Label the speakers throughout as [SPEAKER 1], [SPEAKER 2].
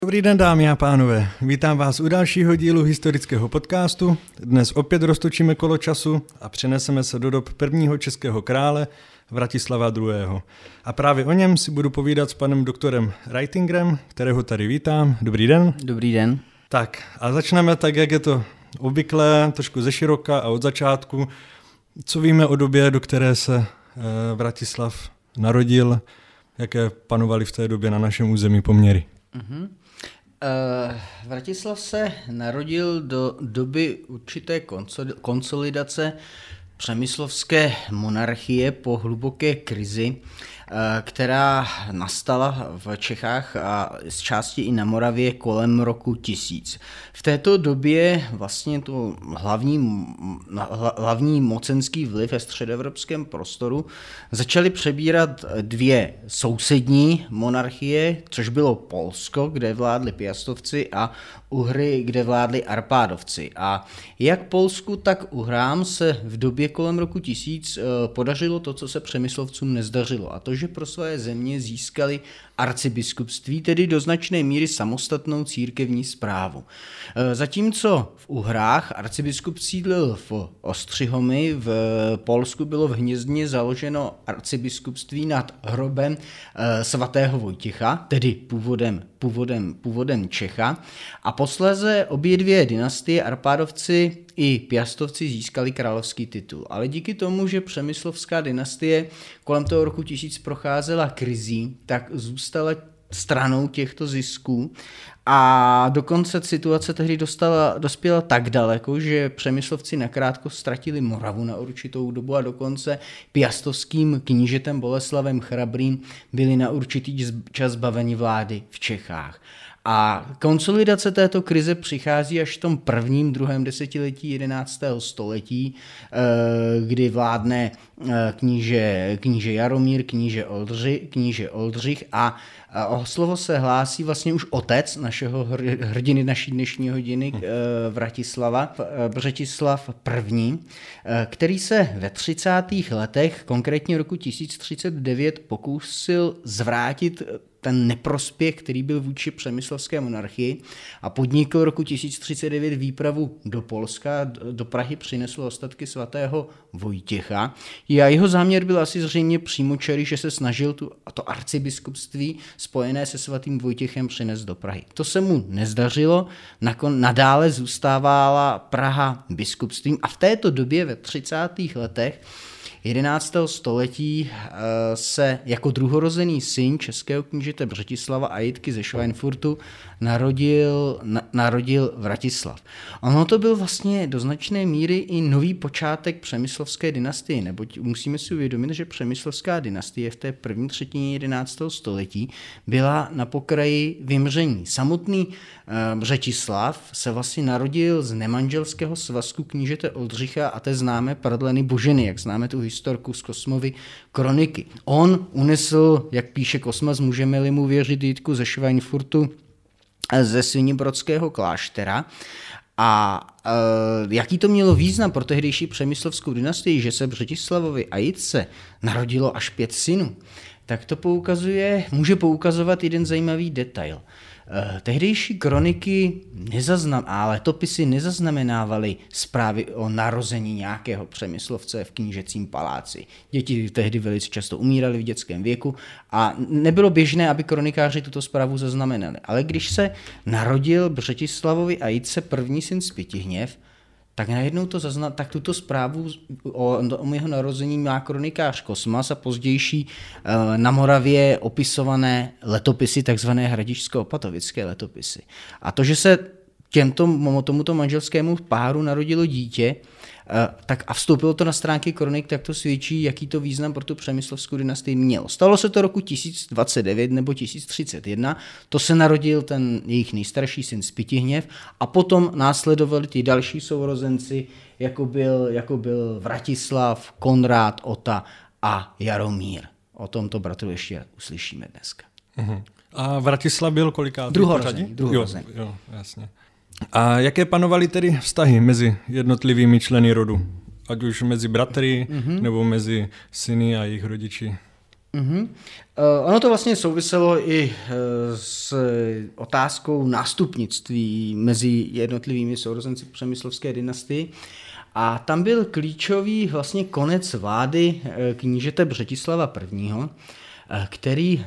[SPEAKER 1] Dobrý den, dámy a pánové. Vítám vás u dalšího dílu historického podcastu. Dnes opět roztočíme kolo času a přeneseme se do dob prvního českého krále Vratislava II. A právě o něm si budu povídat s panem doktorem Reitingerem, kterého tady vítám. Dobrý den.
[SPEAKER 2] Dobrý den.
[SPEAKER 1] Tak a začneme tak, jak je to obvyklé, trošku ze široka a od začátku. Co víme o době, do které se Vratislav narodil, jaké panovaly v té době na našem území poměry?
[SPEAKER 2] Vratislav se narodil do doby určité konsolidace přemyslovské monarchie po hluboké krizi, která nastala v Čechách a z části i na Moravě kolem roku 1000. V této době vlastně to hlavní mocenský vliv ve středoevropském prostoru začaly přebírat dvě sousední monarchie, což bylo Polsko, kde vládli Piastovci, a Uhry, kde vládli Arpádovci. A jak Polsku, tak Uhrám se v době kolem roku 1000 podařilo to, co se Přemyslovcům nezdařilo, a to, že pro své země získali arcibiskupství, tedy do značné míry samostatnou církevní správu. Zatímco v Uhrách arcibiskup sídlil v Ostřihomi, v Polsku bylo v Hnězdně založeno arcibiskupství nad hrobem svatého Vojtěcha, tedy původem Čecha, a posléze obě dvě dynastie, Arpádovci i Piastovci, získali královský titul. Ale díky tomu, že Přemyslovská dynastie kolem toho roku 1000 procházela krizí, tak zůstala stranou těchto zisků a dokonce situace tehdy dospěla tak daleko, že Přemyslovci nakrátko ztratili Moravu na určitou dobu a dokonce piastovským knížetem Boleslavem Chrabrým byli na určitý čas zbaveni vlády v Čechách. A konsolidace této krize přichází až v tom druhém desetiletí 11. století, kdy vládne kníže Jaromír, kníže Oldřich a o slovo se hlásí vlastně už otec našeho hrdiny naší dnešní hodiny, Břetislav I., který se ve 30. letech, konkrétně roku 1039, pokusil zvrátit ten neprospěch, který byl vůči přemyslovské monarchii, a podnikl roku 1039 výpravu do Polska, do Prahy přinesl ostatky svatého Vojtěcha. A jeho záměr byl asi zřejmě přímočarý, že se snažil to arcibiskupství spojené se svatým Vojtěchem přinést do Prahy. To se mu nezdařilo, nadále zůstávala Praha biskupstvím a v této době ve 30. letech 11. století se jako druhorozený syn českého knížete Břetislava a Jitky ze Schweinfurtu narodil Vratislav. Ono to byl vlastně do značné míry i nový počátek přemyslovské dynastie, neboť musíme si uvědomit, že přemyslovská dynastie v té první třetině 11. století byla na pokraji vymření. Samotný Břetislav se vlastně narodil z nemanželského svazku knížete Oldřicha a té známé Pradleny Boženy, jak známe tu historku z Kosmovy kroniky. On unesl, jak píše Kosmas, můžeme-li mu věřit, Jitku ze Schweinfurtu ze Svinibrodského kláštera. A jaký to mělo význam pro tehdejší přemyslovskou dynastii, že se Břetislavovi a Jitce narodilo až 5 synů, tak to může poukazovat jeden zajímavý detail. Tehdejší kroniky a letopisy nezaznamenávaly zprávy o narození nějakého přemyslovce v knížecím paláci. Děti tehdy velice často umíraly v dětském věku a nebylo běžné, aby kronikáři tuto zprávu zaznamenali. Ale když se narodil Břetislavovi a Jitce první syn Spytihněv, tak najednou tuto zprávu o jeho narození má kronikář Kosmas a pozdější na Moravě opisované letopisy, takzvané hradišsko-opatovické letopisy. A to, že se tomuto manželskému páru narodilo dítě, tak a vstoupilo to na stránky kronik, tak to svědčí, jaký to význam pro tu přemyslovskou dynastii mělo. Stalo se to roku 1029 nebo 1031, to se narodil ten jejich nejstarší syn Spytihněv a potom následovali ty další sourozenci, jako byl Vratislav, Konrád, Ota a Jaromír. O tomto bratru ještě uslyšíme dneska.
[SPEAKER 1] Uh-huh. A Vratislav byl kolikátý?
[SPEAKER 2] Druhorozený.
[SPEAKER 1] Jo, jasně. A jaké panovaly tedy vztahy mezi jednotlivými členy rodu? Ať už mezi bratry, nebo mezi syny a jejich rodiči?
[SPEAKER 2] Ono to vlastně souviselo i s otázkou nástupnictví mezi jednotlivými sourozenci Přemyslovské dynastii. A tam byl klíčový vlastně konec vlády knížete Břetislava I., který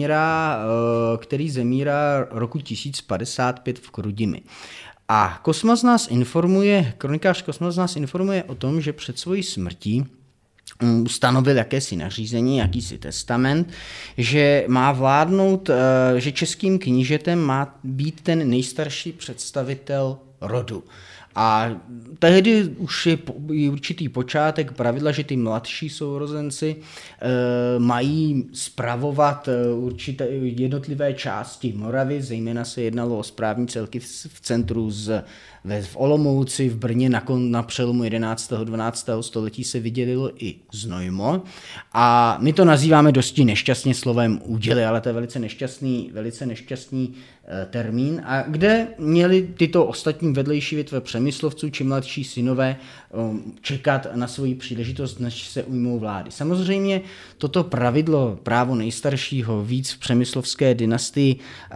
[SPEAKER 2] zemírá roku 1055 v Chrudimi. A kronikář Kosmas nás informuje o tom, že před svojí smrtí ustanovil jakési nařízení, jakýsi testament, že má vládnout, že českým knížetem má být ten nejstarší představitel rodu. A tehdy už je určitý počátek pravidla, že ty mladší sourozenci mají spravovat určité jednotlivé části Moravy, zejména se jednalo o správní celky v centru v Olomouci, v Brně na přelomu 11. a 12. století se vydělilo i Znojmo. A my to nazýváme dosti nešťastně slovem úděly, ale to je velice nešťastný termín, a kde měli tyto ostatní vedlejší větve Přemyslovců či mladší synové čekat na svoji příležitost, než se ujmou vlády. Samozřejmě toto pravidlo, právo nejstaršího víc v Přemyslovské dynastii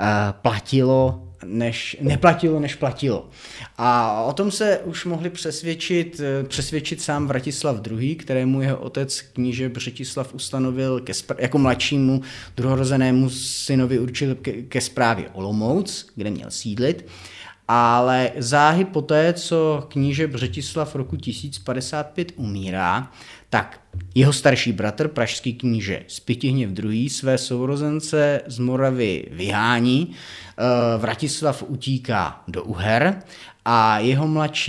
[SPEAKER 2] neplatilo, než platilo. A o tom se už mohli přesvědčit sám Vratislav II., kterému jeho otec kníže Břetislav ustanovil jako mladšímu druhorozenému synovi určil ke správě Olomouc, kde měl sídlit. Ale záhy poté, co kníže Břetislav roku 1055 umírá, tak jeho starší bratr, pražský kníže Spytihněv II., své sourozence z Moravy vyhání, Vratislav utíká do Uher a jeho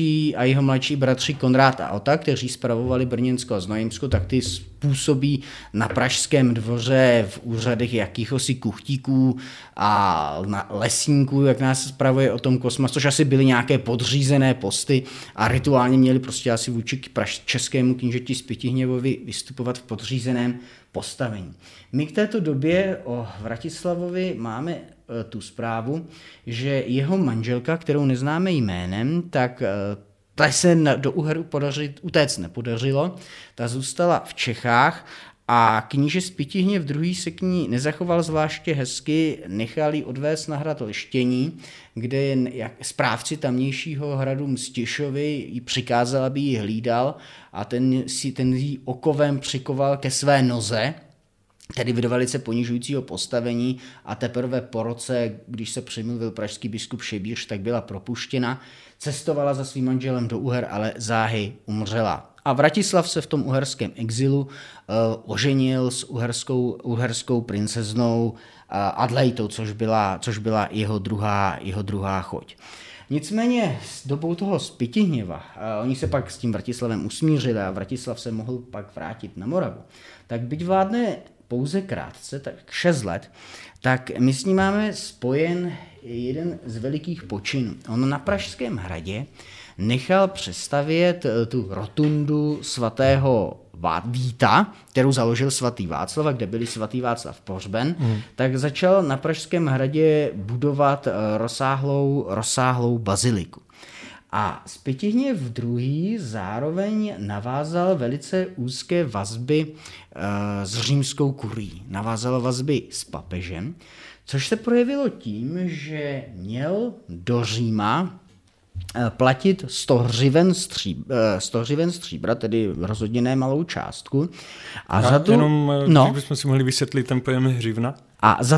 [SPEAKER 2] mladší bratři Konrád a Ota, kteří spravovali Brněnsko a Znojemsko, tak ty působí na pražském dvoře v úřadech jakýchsi kuchtíků a lesníků, jak nás spravuje o tom Kosmas, což asi byly nějaké podřízené posty a rituálně měli prostě asi vůči českému knížeti Spytihněvovi vystupovat v podřízeném postavení. My k této době o Vratislavovi máme tu zprávu, že jeho manželka, kterou neznáme jménem, tak ta se do Uher utéct nepodařilo, ta zůstala v Čechách a kníže Spytihněv II. Se k ní nezachoval zvláště hezky, nechal ji odvést na hrad Leštění, kde správci tamnějšího hradu Mstišovi jí přikázal, aby ji hlídal a ten jí okovem přikoval ke své noze, tedy v velice ponižujícího postavení, a teprve po roce, když se přimluvil pražský biskup Šebíř, tak byla propuštěna, cestovala za svým manželem do Uher, ale záhy umřela. A Vratislav se v tom uherském exilu oženil s uherskou princeznou Adlejtou, což byla jeho druhá choť. Nicméně s dobou toho Spytihněva, oni se pak s tím Vratislavem usmířili a Vratislav se mohl pak vrátit na Moravu, tak byť vládne pouze krátce, tak 6 let, tak my s ním máme spojen jeden z velikých počinů. On na Pražském hradě nechal přestavět tu rotundu svatého Víta, kterou založil svatý Václav, kde byli svatý Václav pohřben, tak začal na Pražském hradě budovat rozsáhlou baziliku. A Spytihněv II. Zároveň navázal velice úzké vazby s římskou kurií. Navázal vazby s papežem, což se projevilo tím, že měl do Říma platit 100 hřiven stříbra, tedy rozhodně ne malou částku.
[SPEAKER 1] A bychom si mohli vysvětlit ten pojem hřivna?
[SPEAKER 2] A za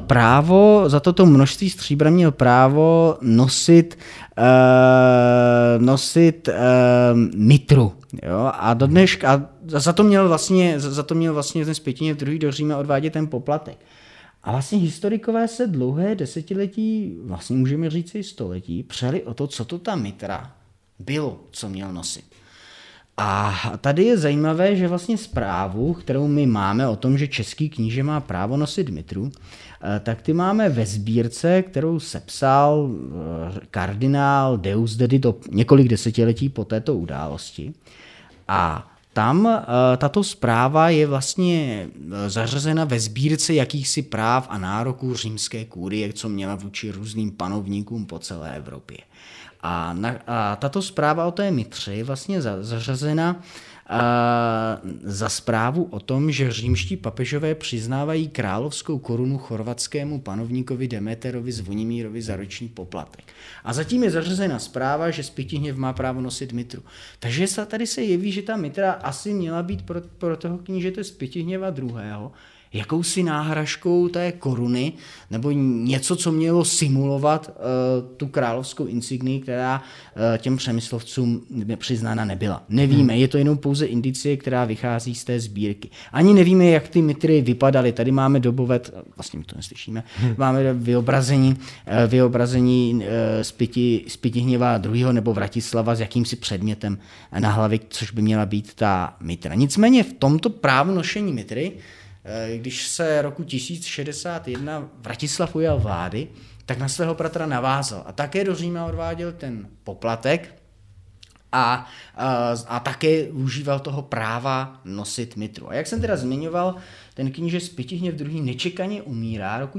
[SPEAKER 2] toto množství stříbra měl právo nosit mitru. Jo? A za to měl vlastně ten Spytihněv II. Do Říma odvádět ten poplatek. A vlastně historikové se dlouhé desetiletí, vlastně můžeme říct i století, přeli o to, co to ta mitra bylo, co měl nosit. A tady je zajímavé, že vlastně zprávu, kterou my máme o tom, že český kníže má právo nosit mitru, tak ty máme ve sbírce, kterou sepsal kardinál Deusdedit do několik desetiletí po této události. A tam tato zpráva je vlastně zařazena ve sbírce jakýchsi práv a nároků římské kurie, co měla vůči různým panovníkům po celé Evropě. A tato zpráva o té mitře je vlastně zařazena za zprávu o tom, že římští papežové přiznávají královskou korunu chorvatskému panovníkovi Demeterovi Zvonimírovi za roční poplatek. A zatím je zařazena zpráva, že Spytihněv má právo nosit mitru. Takže tady se jeví, že ta mitra asi měla být pro toho knížete Spytihněva II. Jakousi náhražkou té koruny, nebo něco, co mělo simulovat tu královskou insignii, která těm přemyslovcům přiznána nebyla. Nevíme, je to jenom pouze indicie, která vychází z té sbírky. Ani nevíme, jak ty mitry vypadaly. Tady máme doboved, vlastně my to neslyšíme, máme vyobrazení Spytihněva II. Nebo Vratislava s jakýmsi předmětem na hlavě, což by měla být ta mitra. Nicméně v tomto právu nošení mitry, když se roku 1061 Vratislav ujal vlády, tak na svého bratra navázal a také do Říma odváděl ten poplatek a také užíval toho práva nosit mitru. A jak jsem teda zmiňoval, ten kníže Spytihněv II. Nečekaně umírá roku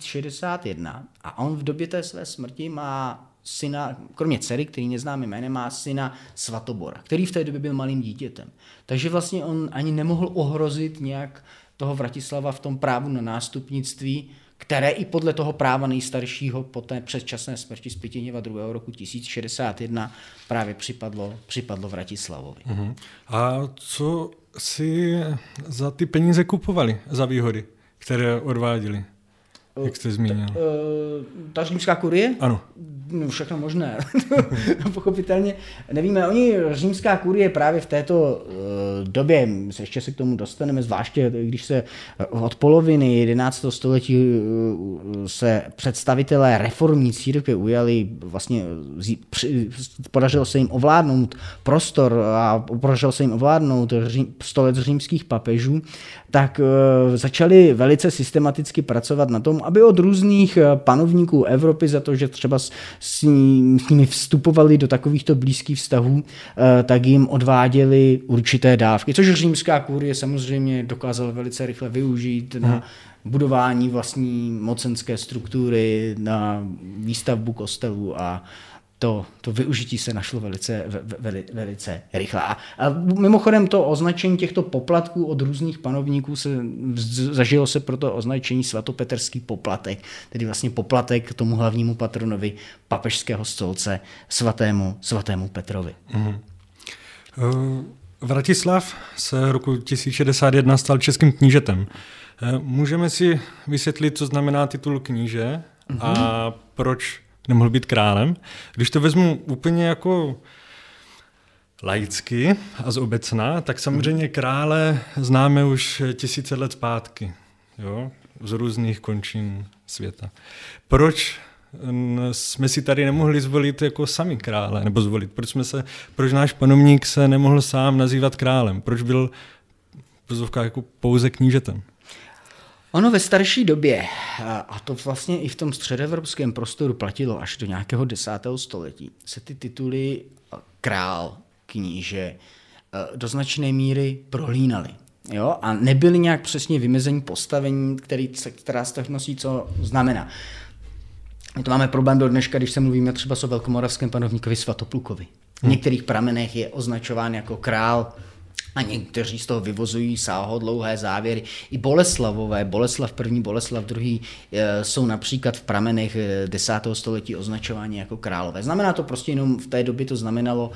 [SPEAKER 2] 1061 a on v době té své smrti má syna, kromě dcery, který neznáme jménem, má syna Svatobora, který v té době byl malým dítětem. Takže vlastně on ani nemohl ohrozit nějak toho Vratislava v tom právu na nástupnictví, které i podle toho práva nejstaršího po té předčasné smrti Spytihněva II. Roku 1061 právě připadlo Vratislavovi.
[SPEAKER 1] A co si za ty peníze kupovali, za výhody, které odváděli, jak jste zmínil?
[SPEAKER 2] Ta římská kurie?
[SPEAKER 1] Ano.
[SPEAKER 2] No, všechno možné. Pochopitelně nevíme. Římská kurie právě v této době, ještě se k tomu dostaneme, zvláště když se od poloviny 11. století se představitelé reformní církve ujali, vlastně podařilo se jim ovládnout prostor a podařilo se jim ovládnout stolec římských papežů, tak začali velice systematicky pracovat na tom, aby od různých panovníků Evropy za to, že třeba s nimi vstupovali do takovýchto blízkých vztahů, tak jim odváděli určité dávky, což římská kurie samozřejmě dokázala velice rychle využít na budování vlastní mocenské struktury, na výstavbu kostelů a to využití se našlo velice rychle. A mimochodem to označení těchto poplatků od různých panovníků zažilo se proto označení svatopetrský poplatek, tedy vlastně poplatek tomu hlavnímu patronovi papežského stolce svatému Petrovi.
[SPEAKER 1] Vratislav se roku 1061 stal českým knížetem. Můžeme si vysvětlit, co znamená titul kníže a proč nemohl být králem? Když to vezmu úplně jako laicky a z obecna, tak samozřejmě krále známe už tisíce let zpátky, jo? Z různých končin světa. Proč jsme si tady nemohli zvolit jako sami krále, nebo zvolit? Proč náš panovník se nemohl sám nazývat králem? Proč byl jako pouze knížetem?
[SPEAKER 2] Ono ve starší době, a to vlastně i v tom středoevropském prostoru platilo až do nějakého 10. století, se ty tituly král, kníže do značné míry prolínaly. Jo? A nebyly nějak přesně vymezení postavení, která z toho nosí, co znamená. My to máme problém do dneška, když se mluvíme třeba o velkomoravském panovníkovi Svatoplukovi. V některých pramenech je označován jako král, a někteří z toho vyvozují sáhodlouhé závěry. I Boleslavové, Boleslav I, Boleslav II jsou například v pramenech 10. století označováni jako králové. Znamená to prostě jenom v té době to znamenalo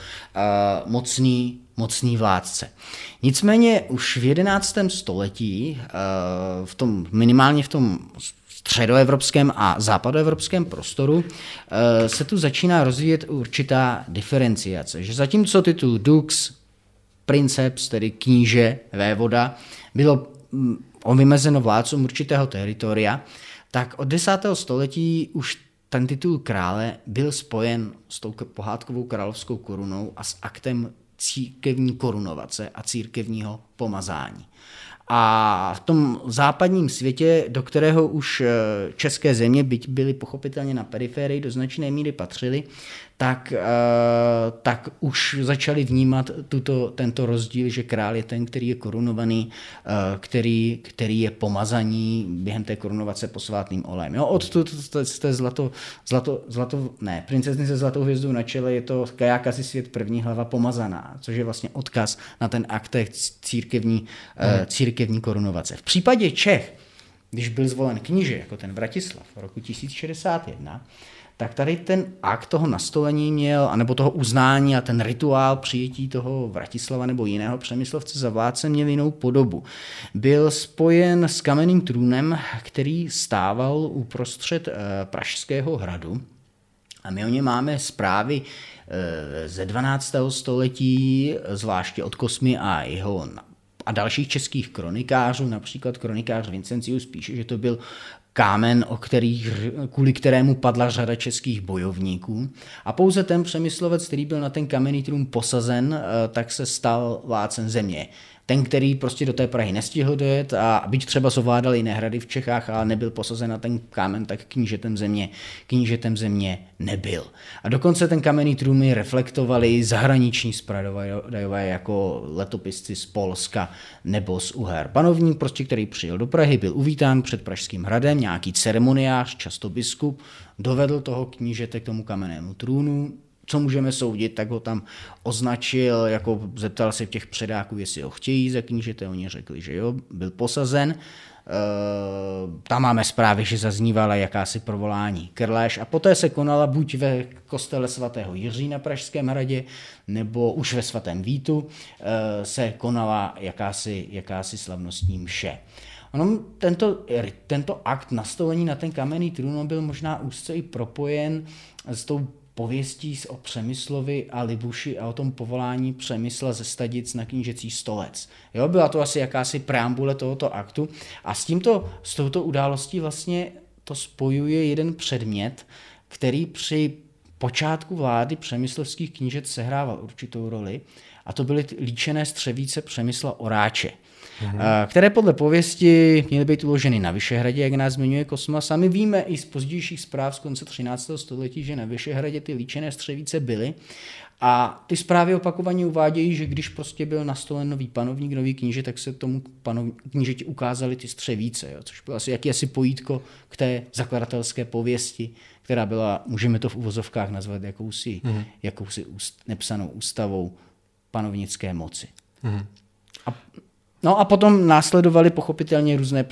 [SPEAKER 2] mocný vládce. Nicméně už v 11. století, minimálně v tom středoevropském a západoevropském prostoru se tu začíná rozvíjet určitá diferenciace. Že zatímco titul dux, princeps, tedy kníže, vévoda, bylo vymezeno vládcům určitého teritoria, tak od 10. století už ten titul krále byl spojen s tou pohádkovou královskou korunou a s aktem církevní korunovace a církevního pomazání. A v tom západním světě, do kterého už české země, byť byly pochopitelně na periferii, do značné míry patřily, tak už začali vnímat tento rozdíl, že král je ten, který je korunovaný, který je pomazaný během té korunovace posvátným olejem. Jo, odtud princezny se zlatou hvězdou na čele je to Kajákasi svět první hlava pomazaná, což je vlastně odkaz na ten akt církevní korunovace. V případě Čech, když byl zvolen kníže, jako ten Vratislav v roku 1061, tak tady ten akt toho nastolení měl, anebo toho uznání a ten rituál přijetí toho Vratislava nebo jiného Přemyslovce za vládce měl jinou podobu. Byl spojen s kamenným trůnem, který stával uprostřed Pražského hradu. A my o něm máme zprávy ze 12. století, zvláště od Kosmy a dalších českých kronikářů, například kronikář Vincentius píše, že to byl kámen, kvůli kterému padla řada českých bojovníků. A pouze ten Přemyslovec, který byl na ten kamenný trůn posazen, tak se stal vládcem země. Ten, který prostě do té Prahy nestihl dojet a byť třeba ovládal jiné hrady v Čechách, ale nebyl posazen na ten kámen, tak knížetem země nebyl. A dokonce ten kamenný trůny reflektovali zahraniční zpravodajové jako letopisci z Polska nebo z Uher. Panovník, prostě, který přijel do Prahy, byl uvítán před Pražským hradem, nějaký ceremoniář, často biskup, dovedl toho knížete k tomu kamennému trůnu. Co můžeme soudit, tak ho tam označil, jako zeptal se těch předáků, jestli ho chtějí za knížete, oni řekli, že jo, byl posazen. Tam máme zprávy, že zaznívala jakási provolání krléž a poté se konala buď ve kostele svatého Jiří na Pražském hradě, nebo už ve svatém Vítu se konala jakási slavnostní mše. Tento akt nastolení na ten kamenný trůn byl možná úzce i propojen s tou pověstí o Přemyslovi a Libuši a o tom povolání Přemysla ze Stadic na knížecí stolec. Jo, byla to asi jakási preambule tohoto aktu a s touto událostí vlastně to spojuje jeden předmět, který při počátku vlády přemyslovských knížet sehrával určitou roli a to byly líčené střevíce Přemysla Oráče, které podle pověsti měly být uloženy na Vyšehradě, jak nás zmiňuje Kosmas. A my víme i z pozdějších zpráv z konce 13. století, že na Vyšehradě ty líčené střevíce byly. A ty zprávy opakovaně uvádějí, že když prostě byl nastolen nový panovník, nový kníže, tak se tomu knížeti ukázaly ty střevíce, jo, což bylo asi pojítko k té zakladatelské pověsti, která byla, můžeme to v uvozovkách nazvat jakousi nepsanou ústavou panovnické moci. No a potom následovaly pochopitelně různé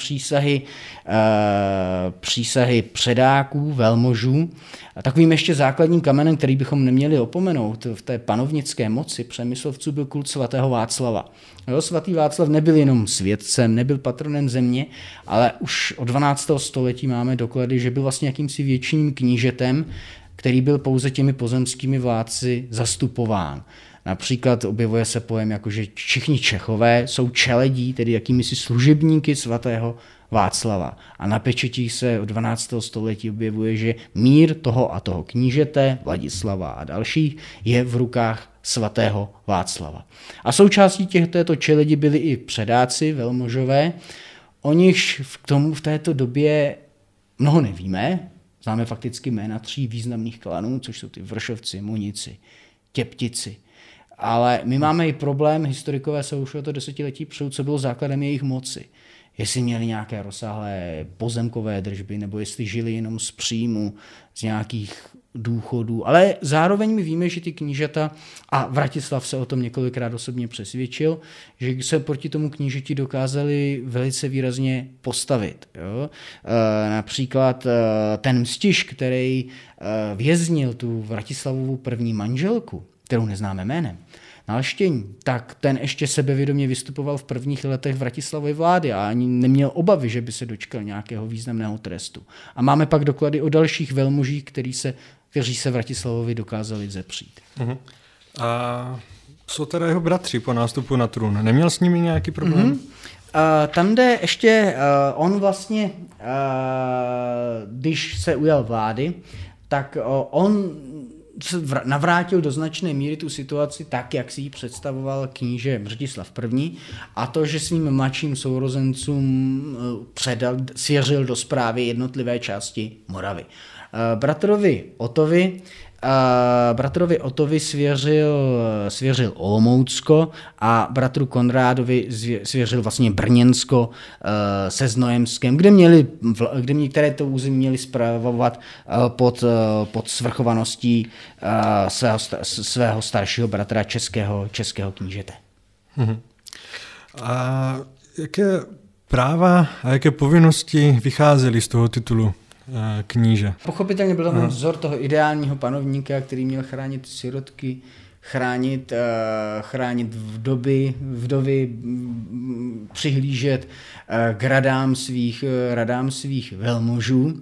[SPEAKER 2] přísahy předáků, velmožů. A takovým ještě základním kamenem, který bychom neměli opomenout v té panovnické moci Přemyslovců, byl kult svatého Václava. Jo, svatý Václav nebyl jenom světcem, nebyl patronem země, ale už od 12. století máme doklady, že byl vlastně jakýmsi větším knížetem, který byl pouze těmi pozemskými vládci zastupován. Například objevuje se pojem, jako že všichni Čechové jsou čeledí, tedy jakýmisi služebníky svatého Václava. A na pečetích se od 12. století objevuje, že mír toho a toho knížete, Vladislava a dalších, je v rukách svatého Václava. A součástí této čeledi byli i předáci, velmožové. O nich v této době mnoho nevíme. Známe fakticky jména 3 významných klanů, což jsou ty Vršovci, Munici, Těptici. Ale my máme i problém, historikové se už o to desetiletí přijou, co bylo základem jejich moci. Jestli měli nějaké rozsáhlé pozemkové držby, nebo jestli žili jenom z příjmu, z nějakých důchodů. Ale zároveň my víme, že ty knížata, a Vratislav se o tom několikrát osobně přesvědčil, že se proti tomu knížeti dokázali velice výrazně postavit. Jo? Například ten Mstiš, který věznil tu Vratislavovu první manželku, kterou neznáme jménem, na lštění, tak ten ještě sebevědomě vystupoval v prvních letech Vratislavovy vlády a ani neměl obavy, že by se dočkal nějakého významného trestu. A máme pak doklady o dalších velmožích, kteří se Vratislavovi dokázali zepřít.
[SPEAKER 1] A co teda jeho bratři po nástupu na trůn? Neměl s nimi nějaký problém?
[SPEAKER 2] Tam jde ještě, on vlastně, když se ujal vlády, tak on navrátil do značné míry tu situaci tak, jak si ji představoval kníže Mřetislav I. A to, že svým mladším sourozencům svěřil do správy jednotlivé části Moravy. Bratrovi Otovi svěřil Olomoucko a bratru Konrádovi svěřil vlastně Brněnsko se Znojemskem, kde některé to území měli spravovat pod svrchovaností svého staršího bratra českého knížete.
[SPEAKER 1] A jaké práva a jaké povinnosti vycházely z toho titulu kníže?
[SPEAKER 2] Pochopitelně byl to vzor toho ideálního panovníka, který měl chránit sirotky, chránit vdovy, přihlížet k radám svých velmožů,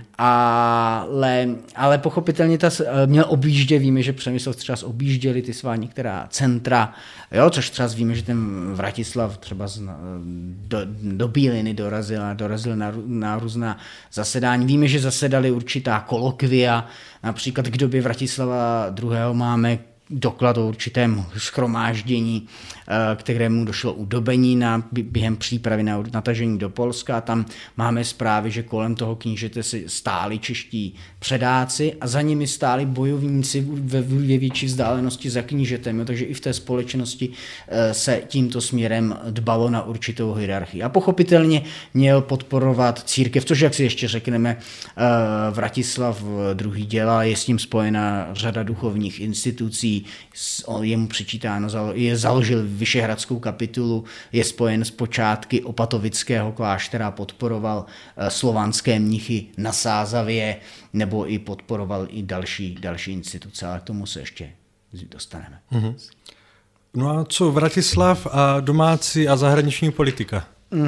[SPEAKER 2] ale pochopitelně měl objíždět, víme, že Přemysl třeba objížděli ty svá některá centra, jo, což třeba víme, že ten Vratislav třeba do Bíliny dorazil na různá zasedání. Víme, že zasedali určitá kolokvia, například k době Vratislava II. Máme doklad o určitém shromáždění, kterému došlo u Dobenína během přípravy na natažení do Polska. Tam máme zprávy, že kolem toho knížete si stáli čeští předáci a za nimi stáli bojovníci ve větší vzdálenosti za knížetem. Takže i v té společnosti se tímto směrem dbalo na určitou hierarchii. A pochopitelně měl podporovat církev, což, jak si ještě řekneme, Vratislav II. Dělal, je s tím spojena řada duchovních institucí, jemu přičítáno, založil Vyšehradskou kapitulu, je spojen s počátky opatovického kláštera, podporoval slovanské mnichy na Sázavě, nebo i podporoval i další instituce, ale k tomu se ještě dostaneme.
[SPEAKER 1] Mm-hmm. No a co Vratislav a domácí a zahraniční politika?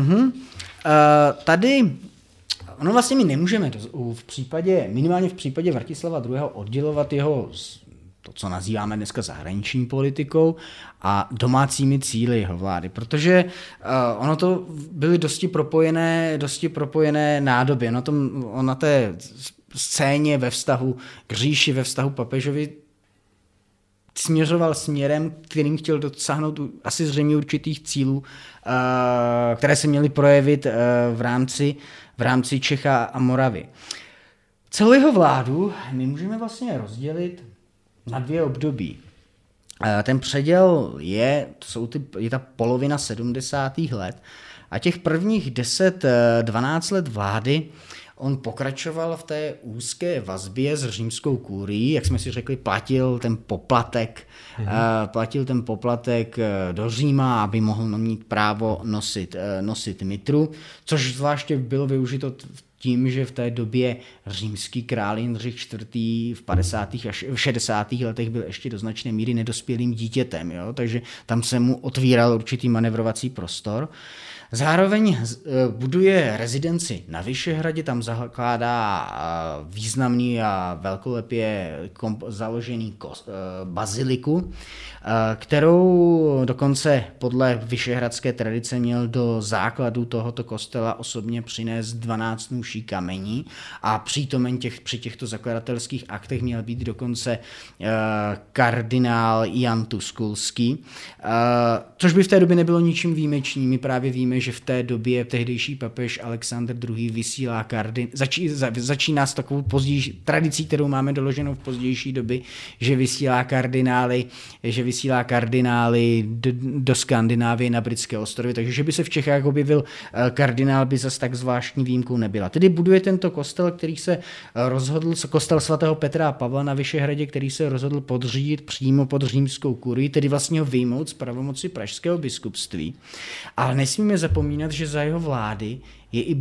[SPEAKER 2] Tady ono vlastně my nemůžeme minimálně v případě Vratislava II. Oddělovat jeho to, co nazýváme dneska zahraniční politikou a domácími cíli jeho vlády, protože ono to byly dosti propojené nádoby. On na té scéně ve vztahu k říši, ve vztahu papežovi směřoval směrem, kterým chtěl dosáhnout asi zřejmě určitých cílů, které se měly projevit v rámci Čech a Moravy. Celou jeho vládu my můžeme vlastně rozdělit na 2 období. Ten předěl je ta polovina 70. let a těch prvních 10-12 let vlády on pokračoval v té úzké vazbě s římskou kurií, jak jsme si řekli, platil ten poplatek do Říma, aby mohl mít právo nosit mitru, což zvláště bylo využito tím, že v té době římský král Jindřich IV. V 50. až 60. letech byl ještě do značné míry nedospělým dítětem, jo? Takže tam se mu otvíral určitý manevrovací prostor. Zároveň buduje rezidenci na Vyšehradě, tam zakládá významný a velkolepě založený baziliku, kterou dokonce podle vyšehradské tradice měl do základu tohoto kostela osobně přinést 12 nůší kamení a přítomen při těchto zakladatelských aktech měl být dokonce kardinál Jan Tuskulský, což by v té době nebylo ničím výjimečným. My právě víme, že v té době tehdejší papež Alexandr II. Vysílá začíná s takovou pozdější tradicí, kterou máme doloženou v pozdější době, že vysílá kardinály do Skandinávie na Britské ostrovy, takže že by se v Čechách objevil kardinál, by zas tak zvláštní výjimkou nebyla. Tedy buduje tento kostel, který se rozhodl, kostel svatého Petra a Pavla na Vyšehradě, který se rozhodl podřídit přímo pod římskou kurii, tedy vlastně ho vyjmout z pravomoci pražského biskupství. Ale nesmíme zapomínat, že za jeho vlády je i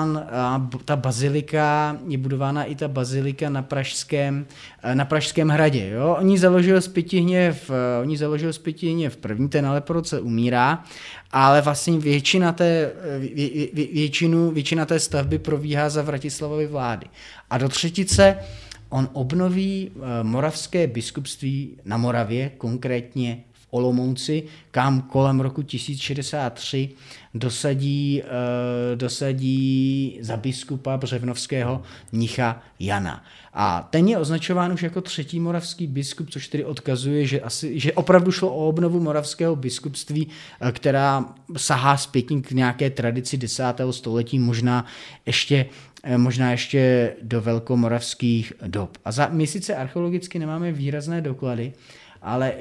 [SPEAKER 2] budována i ta bazilika na Pražském hradě. Jo? Oni založil Spytihněv první, ten ale po roce umírá, ale vlastně většina té stavby probíhá za Vratislavovy vlády. A do třetice on obnoví moravské biskupství na Moravě, konkrétně v Olomouci, kam kolem roku 1063 dosadí za biskupa břevnovského mnicha Jana. A ten je označován už jako třetí moravský biskup, což tedy odkazuje, že opravdu šlo o obnovu moravského biskupství, která sahá zpětně k nějaké tradici 10. století, možná ještě do velkomoravských dob. A my sice archeologicky nemáme výrazné doklady, ale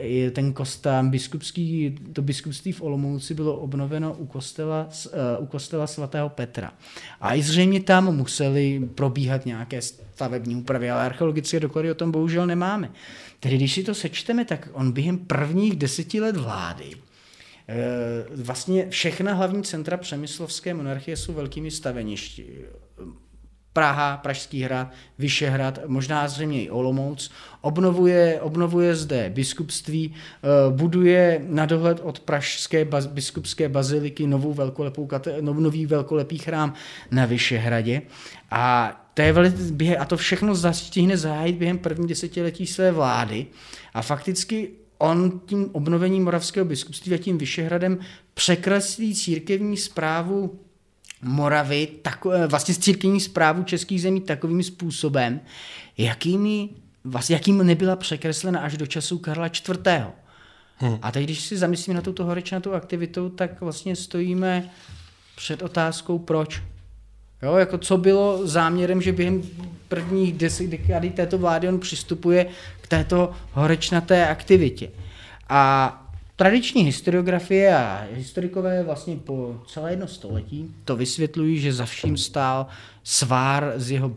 [SPEAKER 2] to biskupství v Olomouci bylo obnoveno u kostela svatého Petra. A i zřejmě tam museli probíhat nějaké stavební úpravy, ale archeologické doklady o tom bohužel nemáme. Tedy když si to sečteme, tak on během prvních 10 let vlády vlastně všechna hlavní centra přemyslovské monarchie jsou velkými staveništi. Praha, Pražský hrad, Vyšehrad, možná zřejmě i Olomouc, obnovuje zde biskupství, buduje na dohled od pražské biskupské baziliky nový velkolepý chrám na Vyšehradě a to všechno stihne zahájit během první desetiletí své vlády a fakticky on tím obnovením moravského biskupství a tím Vyšehradem překreslí církevní správu Moravy, vlastně církevní správu českých zemí takovým způsobem, jakým nebyla překreslena až do času Karla IV. A teď, když si zamyslíme na tuto horečnatou aktivitou, tak vlastně stojíme před otázkou proč. Jo, jako co bylo záměrem, že během prvních 10 dekády této vlády on přistupuje k této horečnaté aktivitě. A tradiční historiografie a historikové vlastně po celé 1 století to vysvětlují, že za vším stál svár s jeho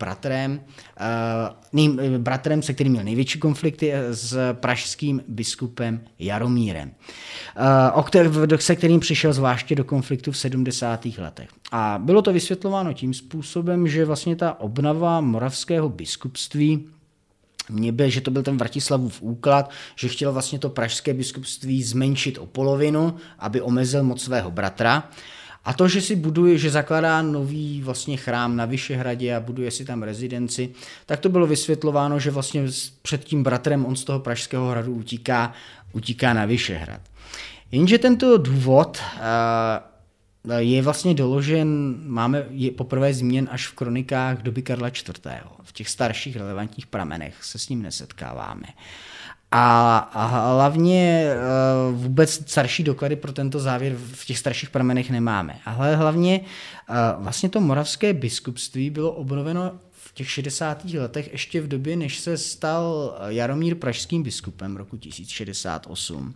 [SPEAKER 2] bratrem, se kterým měl největší konflikty, s pražským biskupem Jaromírem, se kterým přišel zvláště do konfliktu v 70. letech. A bylo to vysvětlováno tím způsobem, že vlastně ta obnova moravského biskupství že to byl ten Vratislavův úklad, že chtěl vlastně to pražské biskupství zmenšit o polovinu, aby omezil moc svého bratra. A to, že zakládá nový vlastně chrám na Vyšehradě a buduje si tam rezidenci, tak to bylo vysvětlováno, že vlastně před tím bratrem on z toho pražského hradu utíká na Vyšehrad. Jenže tento důvod je vlastně doložen, je poprvé zmíněn až v kronikách doby Karla IV. V těch starších relevantních pramenech se s ním nesetkáváme. A hlavně vůbec starší doklady pro tento závěr v těch starších pramenech nemáme. Ale hlavně vlastně to moravské biskupství bylo obnoveno v těch 60. letech ještě v době, než se stal Jaromír pražským biskupem roku 1068.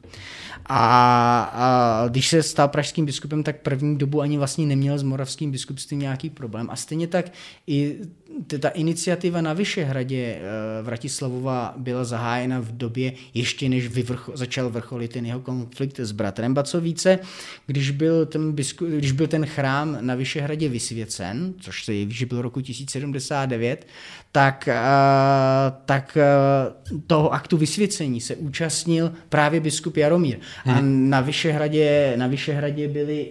[SPEAKER 2] A když se stal pražským biskupem, tak první dobu ani vlastně neměl s moravským biskupstvím nějaký problém. A stejně tak i ta iniciativa na Vyšehradě Vratislavova byla zahájena v době ještě než začal vrcholit ten jeho konflikt s bratrem. Ba co více, když byl ten chrám na Vyšehradě vysvěcen, což se jeví, že byl roku 1079, tak toho aktu vysvěcení se účastnil právě biskup Jaromír. A na Vyšehradě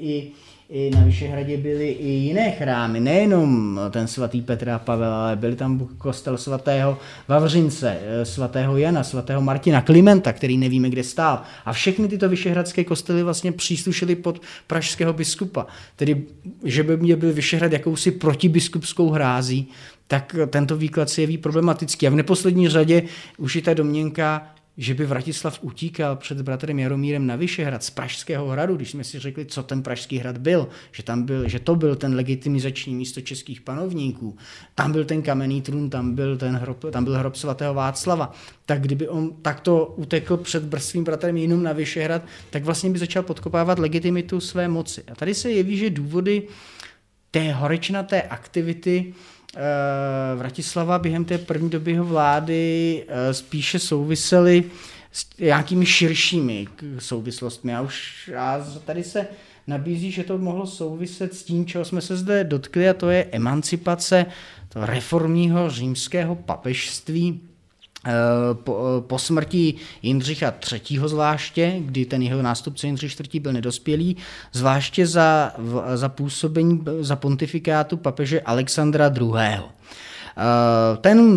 [SPEAKER 2] byly i jiné chrámy, nejenom ten svatý Petr a Pavel, ale byly tam kostel svatého Vavřince, svatého Jana, svatého Martina, Klimenta, který nevíme, kde stál. A všechny tyto vyšehradské kostely vlastně příslušely pod pražského biskupa. Tedy, že by byl Vyšehrad jakousi protibiskupskou hrází, tak tento výklad se jeví problematický. A v neposlední řadě už je ta domněnka, že by Vratislav utíkal před bratrem Jaromírem na Vyšehrad z Pražského hradu, když jsme si řekli, co ten Pražský hrad byl, že to byl ten legitimizační místo českých panovníků, tam byl ten kamenný trůn, tam byl hrob svatého Václava, tak kdyby on takto utekl před svým bratrem jenom na Vyšehrad, tak vlastně by začal podkopávat legitimitu své moci. A tady se jeví, že důvody té horečnaté aktivity Vratislava během té první doby jeho vlády spíše souvisely s nějakými širšími souvislostmi. A tady se nabízí, že to mohlo souviset s tím, čeho jsme se zde dotkli, a to je emancipace toho reformního římského papežství po smrti Jindřicha III. Zvláště, kdy ten jeho nástupce Jindřich IV. Byl nedospělý, zvláště za působení za pontifikátu papeže Alexandra II. Ten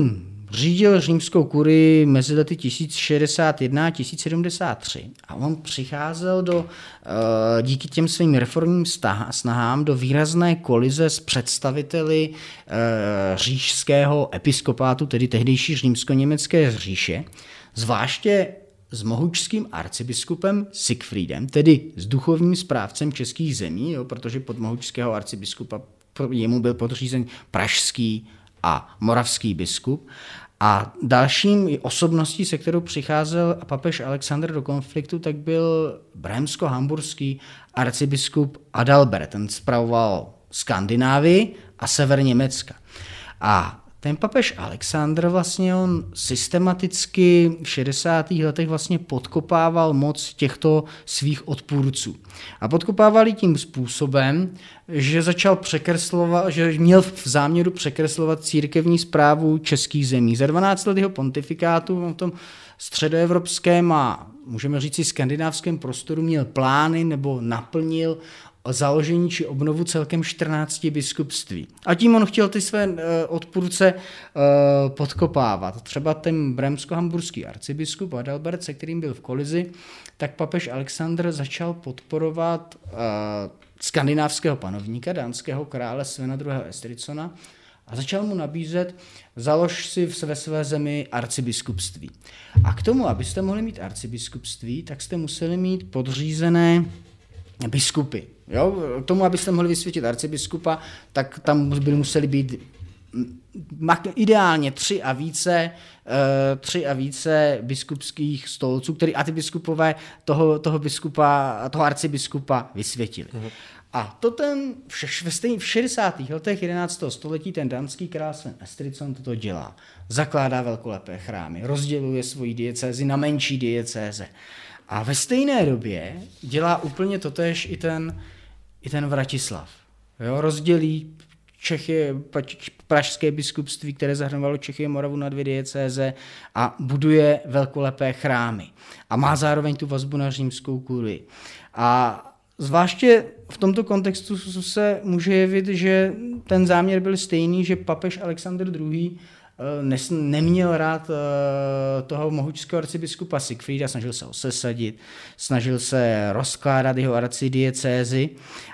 [SPEAKER 2] řídil římskou kurii mezi lety 1061 a 1073 a on přicházel díky těm svým reformním snahám do výrazné kolize s představiteli říšského episkopátu, tedy tehdejší římsko-německé říše, zvláště s mohučským arcibiskupem Siegfriedem, tedy s duchovním správcem českých zemí, protože pod mohučského arcibiskupa jemu byl podřízen pražský a moravský biskup. A dalším osobností, se kterou přicházel papež Alexandr do konfliktu, tak byl brémsko-hamburský arcibiskup Adalbert. Ten spravoval Skandinávii a sever Německa. A ten papež Alexandr vlastně on systematicky v 60. letech vlastně podkopával moc těchto svých odpůrců. A podkopával ji tím způsobem, že začal překreslovat, že měl v záměru překreslovat církevní správu českých zemí. Za 12 let jeho pontifikátu v tom středoevropském a můžeme říct si skandinávském prostoru měl plány nebo naplnil založení či obnovu celkem 14 biskupství. A tím on chtěl ty své odpůrce podkopávat. Třeba ten brémsko-hamburský arcibiskup Adalbert, se kterým byl v kolizi, tak papež Alexandr začal podporovat skandinávského panovníka, dánského krále Svena II. Estrithsona a začal mu nabízet, založ si ve své zemi arcibiskupství. A k tomu, abyste mohli mít arcibiskupství, tak jste museli mít podřízené biskupy. Jo? K tomu, abyste mohli vysvětit arcibiskupa, tak tam by museli být ideálně 3 a více biskupských stolců, a ty biskupové toho arcibiskupa vysvětili. A to v 60. letech 11. století ten dánský král Sven Estrithson toto dělá. Zakládá velkolepé chrámy, rozděluje svoji diecézi na menší diecéze. A ve stejné době dělá úplně totéž i ten Vratislav. Jo, rozdělí pražské biskupství, které zahrnovalo Čechy a Moravu na 2 diecéze a buduje velkolepé chrámy. A má zároveň tu vazbu na římskou kurii. A zvláště v tomto kontextu se může jevit, že ten záměr byl stejný, že papež Alexandr II. Neměl rád toho mohučského arcibiskupa Siegfrieda, snažil se ho sesadit, snažil se rozkládat jeho arcidiecézy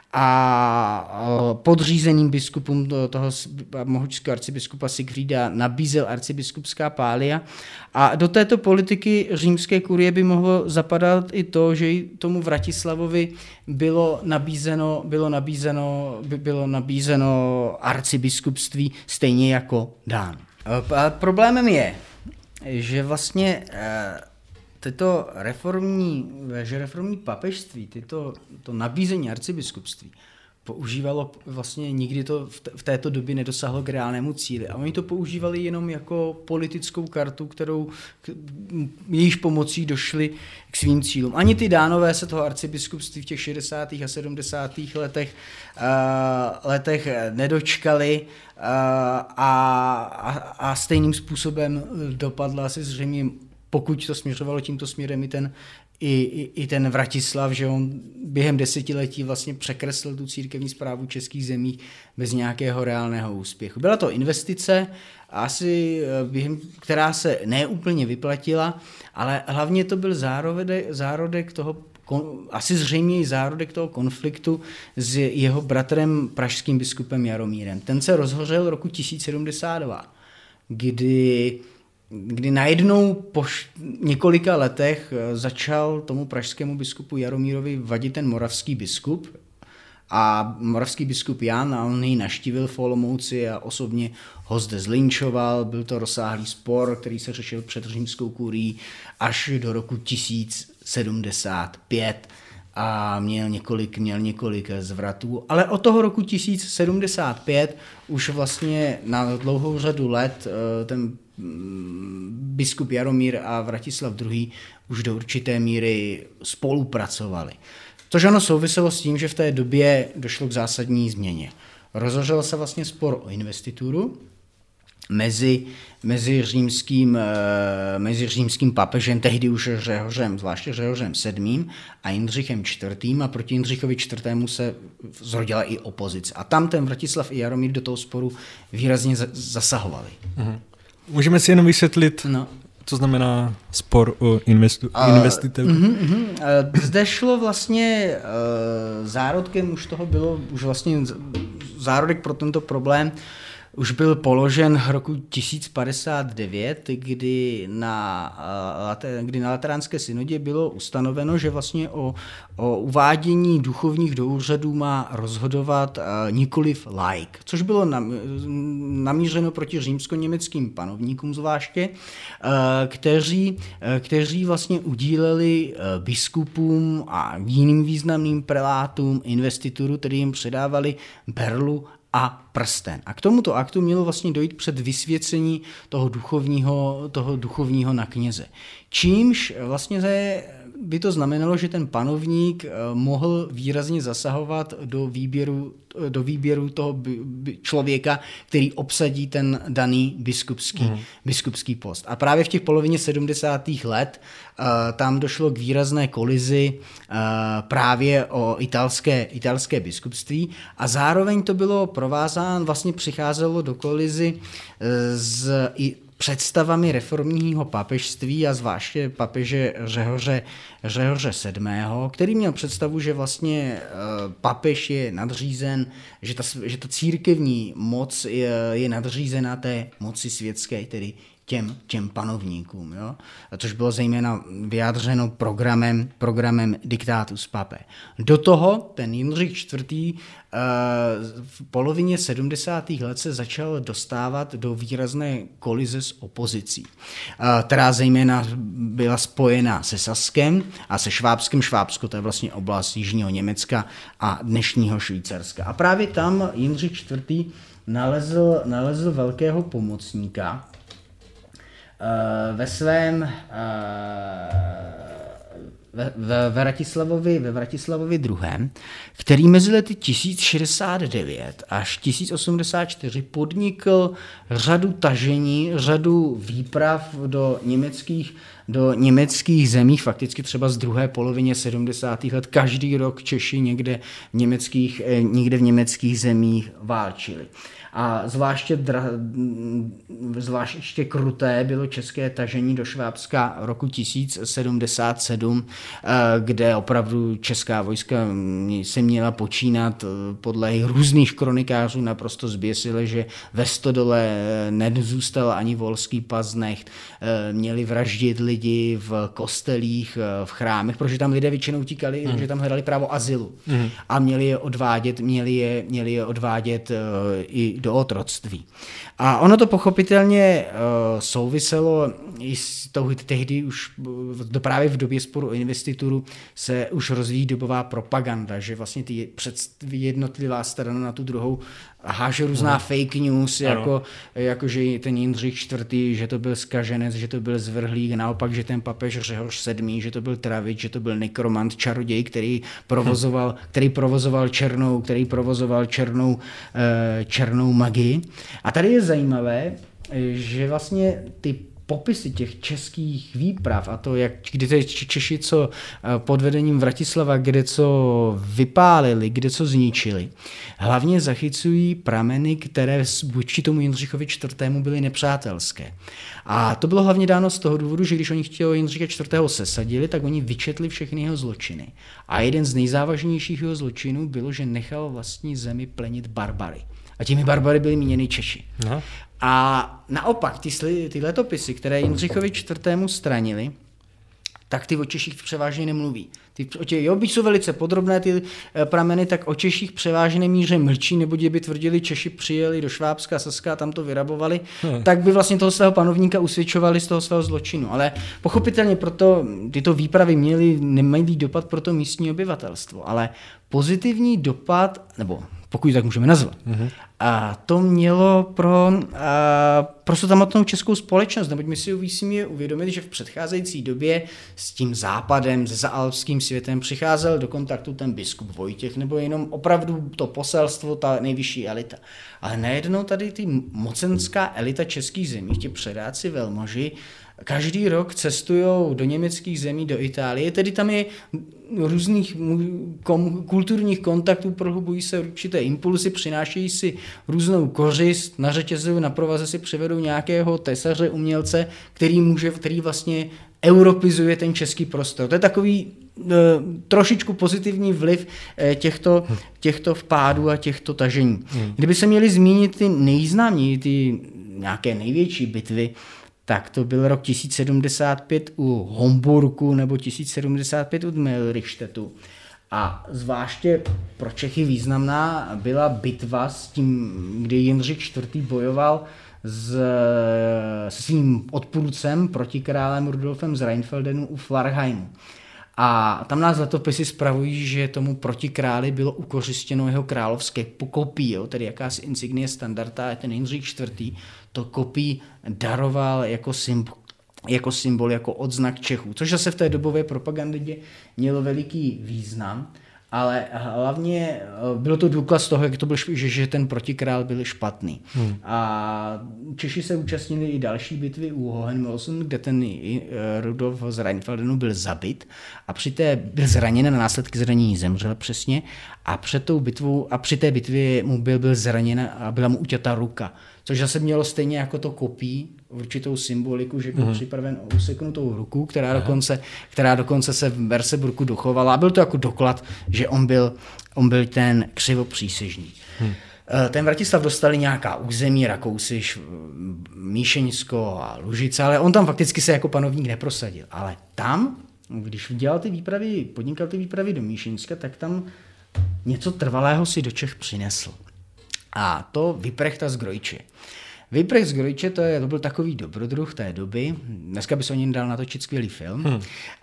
[SPEAKER 2] a podřízeným biskupům toho mohučského arcibiskupa Siegfrieda nabízel arcibiskupská pália. A do této politiky římské kurie by mohlo zapadat i to, že tomu Vratislavovi bylo nabízeno arcibiskupství stejně jako Dán. Problémem je, že vlastně tyto reformní papežství, to nabízení arcibiskupství používalo vlastně nikdy to v této době nedosáhlo k reálnému cíli. A oni to používali jenom jako politickou kartu, jejíž pomocí došli k svým cílům. Ani ty Dánové se toho arcibiskupství v těch 60. a 70. letech nedočkali a stejným způsobem dopadla asi zřejmě, pokud to směřovalo tímto směrem, i ten Vratislav, že on během desetiletí vlastně překreslil tu církevní správu českých zemí bez nějakého reálného úspěchu. Byla to investice, která se neúplně vyplatila, ale hlavně to byl zárodek toho, asi zřejmě i zárodek toho konfliktu s jeho bratrem pražským biskupem Jaromírem. Ten se rozhořel roku 1072, kdy najednou po několika letech začal tomu pražskému biskupu Jaromírovi vadit ten moravský biskup a moravský biskup Jan, a on jej navštívil v Olomouci a osobně ho zde zlinčoval. Byl to rozsáhlý spor, který se řešil před římskou kurií až do roku 1075 a měl několik zvratů. Ale od toho roku 1075 už vlastně na dlouhou řadu let ten biskup Jaromír a Vratislav II. Už do určité míry spolupracovali. Což ono souviselo s tím, že v té době došlo k zásadní změně. Rozhořel se vlastně spor o investituru mezi římským papežem, tehdy už zvláště Řehořem VII. A Jindřichem IV. A proti Jindřichovi IV. Se zrodila i opozice. A tam ten Vratislav i Jaromír do toho sporu výrazně zasahovali.
[SPEAKER 1] Mhm. Můžeme si jenom vysvětlit, co znamená spor o investitel.
[SPEAKER 2] Zde šlo vlastně zárodkem, už toho bylo, už vlastně zárodek pro tento problém už byl položen roku 1059, kdy na Lateránské synodě bylo ustanoveno, že vlastně o uvádění duchovních do úřadů má rozhodovat nikoliv laik, což bylo namířeno proti římsko-německým panovníkům zvláště, kteří vlastně udíleli biskupům a jiným významným prelátům investituru, tedy jim předávali berlu a prsten. A k tomuto aktu mělo vlastně dojít před vysvěcení toho duchovního na kněze. Čímž vlastně by to znamenalo, že ten panovník mohl výrazně zasahovat do výběru toho člověka, který obsadí ten daný biskupský post. A právě v těch polovině 70. let tam došlo k výrazné kolizi právě o italské biskupství a zároveň to bylo provázáno, vlastně přicházelo do kolizi s představami reformního papežství a zvláště papeže Řehoře VII., který měl představu, že vlastně papež je nadřízen, že ta církevní moc je nadřízena té moci světské, tedy těm panovníkům, jo? Což bylo zejména vyjádřeno programem Dictatus Papae. Do toho ten Jindřich IV. V polovině 70. let se začal dostávat do výrazné kolize s opozicí, která zejména byla spojena se Saskem a se Švábskem. Švábsko, to je vlastně oblast jižního Německa a dnešního Švýcarska. A právě tam Jindřich IV. nalezl velkého pomocníka, ve svém ve Vratislavovi II., který mezi lety 1069 až 1084 podnikl řadu tažení, řadu výprav do německých zemí, fakticky třeba z druhé polovině 70. let. Každý rok Češi někde v německých zemích válčili. A zvláště kruté bylo české tažení do Švábska roku 1077, kde opravdu česká vojska se měla počínat podle různých kronikářů naprosto zběsile, že ve Stodole nezůstal ani volský paznecht, měli vraždit lidi v kostelích, v chrámech, protože tam lidé většinou utíkali, že tam hledali právo azylu a měli je odvádět i do otroctví. A ono to pochopitelně souviselo i s tehdy už právě v době sporu o investituru se už rozvíjí dobová propaganda, že vlastně ty jednotlivá strana na tu druhou háže různá fake news, jako že ten Jindřich IV., že to byl zkaženec, že to byl zvrhlík, naopak, že ten papež Řehoř VII., že to byl travič, že to byl nekromant, čaroděj, který provozoval černou magii. A tady je zajímavé, že vlastně ty popisy těch českých výprav a to, kdy ty Češi co pod vedením Vratislava, kde co vypálili, kde co zničili, hlavně zachycují prameny, které vůči tomu Jindřichovi IV. Byly nepřátelské. A to bylo hlavně dáno z toho důvodu, že když oni chtěli Jindřicha IV. Sesadili, tak oni vyčetli všechny jeho zločiny. A jeden z nejzávažnějších jeho zločinů bylo, že nechal vlastní zemi plenit barbary. A těmi barbary byli míněni Češi. No. A naopak ty letopisy, které Jindřichovi IV. Stranili, tak ty o Češích převážně nemluví. Byť jsou velice podrobné ty prameny, tak o Češích převážné míře mlčí, nebo kdyby tvrdili, Češi přijeli do Švábska, Saska a tam to vyrabovali, tak by vlastně toho svého panovníka usvědčovali z toho svého zločinu. Ale pochopitelně proto tyto výpravy nemají dopad pro to místní obyvatelstvo, ale pozitivní dopad, nebo pokud tak můžeme nazvat. A to mělo pro samotnou českou společnost, neboť my si musíme uvědomit, že v předcházející době s tím západem, se zaalpským světem přicházel do kontaktu ten biskup Vojtěch, nebo jenom opravdu to poselstvo, ta nejvyšší elita. Ale najednou tady ty mocenská elita českých zemí, ti předáci velmoži, každý rok cestují do německých zemí, do Itálie, tedy tam je různých kulturních kontaktů, prohlubují se určité impulsy, přinášejí si různou kořist, na řetězu, na provaze si přivedou nějakého tesaře, umělce, který vlastně europizuje ten český prostor. To je takový trošičku pozitivní vliv těchto vpádů a těchto tažení. Kdyby se měli zmínit ty nejznámější, ty nějaké největší bitvy, tak to byl rok 1075 u Homburku nebo 1075 u Melrichttetu. A zvláště pro Čechy významná byla bitva s tím, kdy Jindřich IV. Bojoval se svým odpůrcem, protikrálem Rudolfem z Rheinfeldenu u Flarheimu. A tam nás letopisy spravují, že tomu protikráli bylo ukořistěno jeho královské kopí, tedy jakási insignie standarda, a ten Jindřich IV. To kopí daroval jako symbol, jako odznak Čechů, což zase v té dobové propagandě mělo veliký význam, ale hlavně bylo to důkaz toho, jak to byl, že ten protikrál byl špatný. A Češi se účastnili i další bitvy u Hohenmölsen, kde ten Rudolf z Rheinfeldenu byl zabit a byl zraněn, na následky zranění zemřel přesně a při té bitvě mu byl zraněn a byla mu uťata ruka. Což zase mělo stejně jako to kopí určitou symboliku, že byl připraven o useknutou ruku, která dokonce se v Merseburgu dochovala. A byl to jako doklad, že on byl ten křivopřísežník. Ten Vratislav dostali nějaká území, Rakousy, Míšeňsko a Lužice, ale on tam fakticky se jako panovník neprosadil. Ale tam, když podnikal ty výpravy do Míšeňska, tak tam něco trvalého si do Čech přinesl. A to Vyprechta z Grojče. Vyprecht z Grojče, to byl takový dobrodruh té doby. Dneska by se o něm dal natočit skvělý film.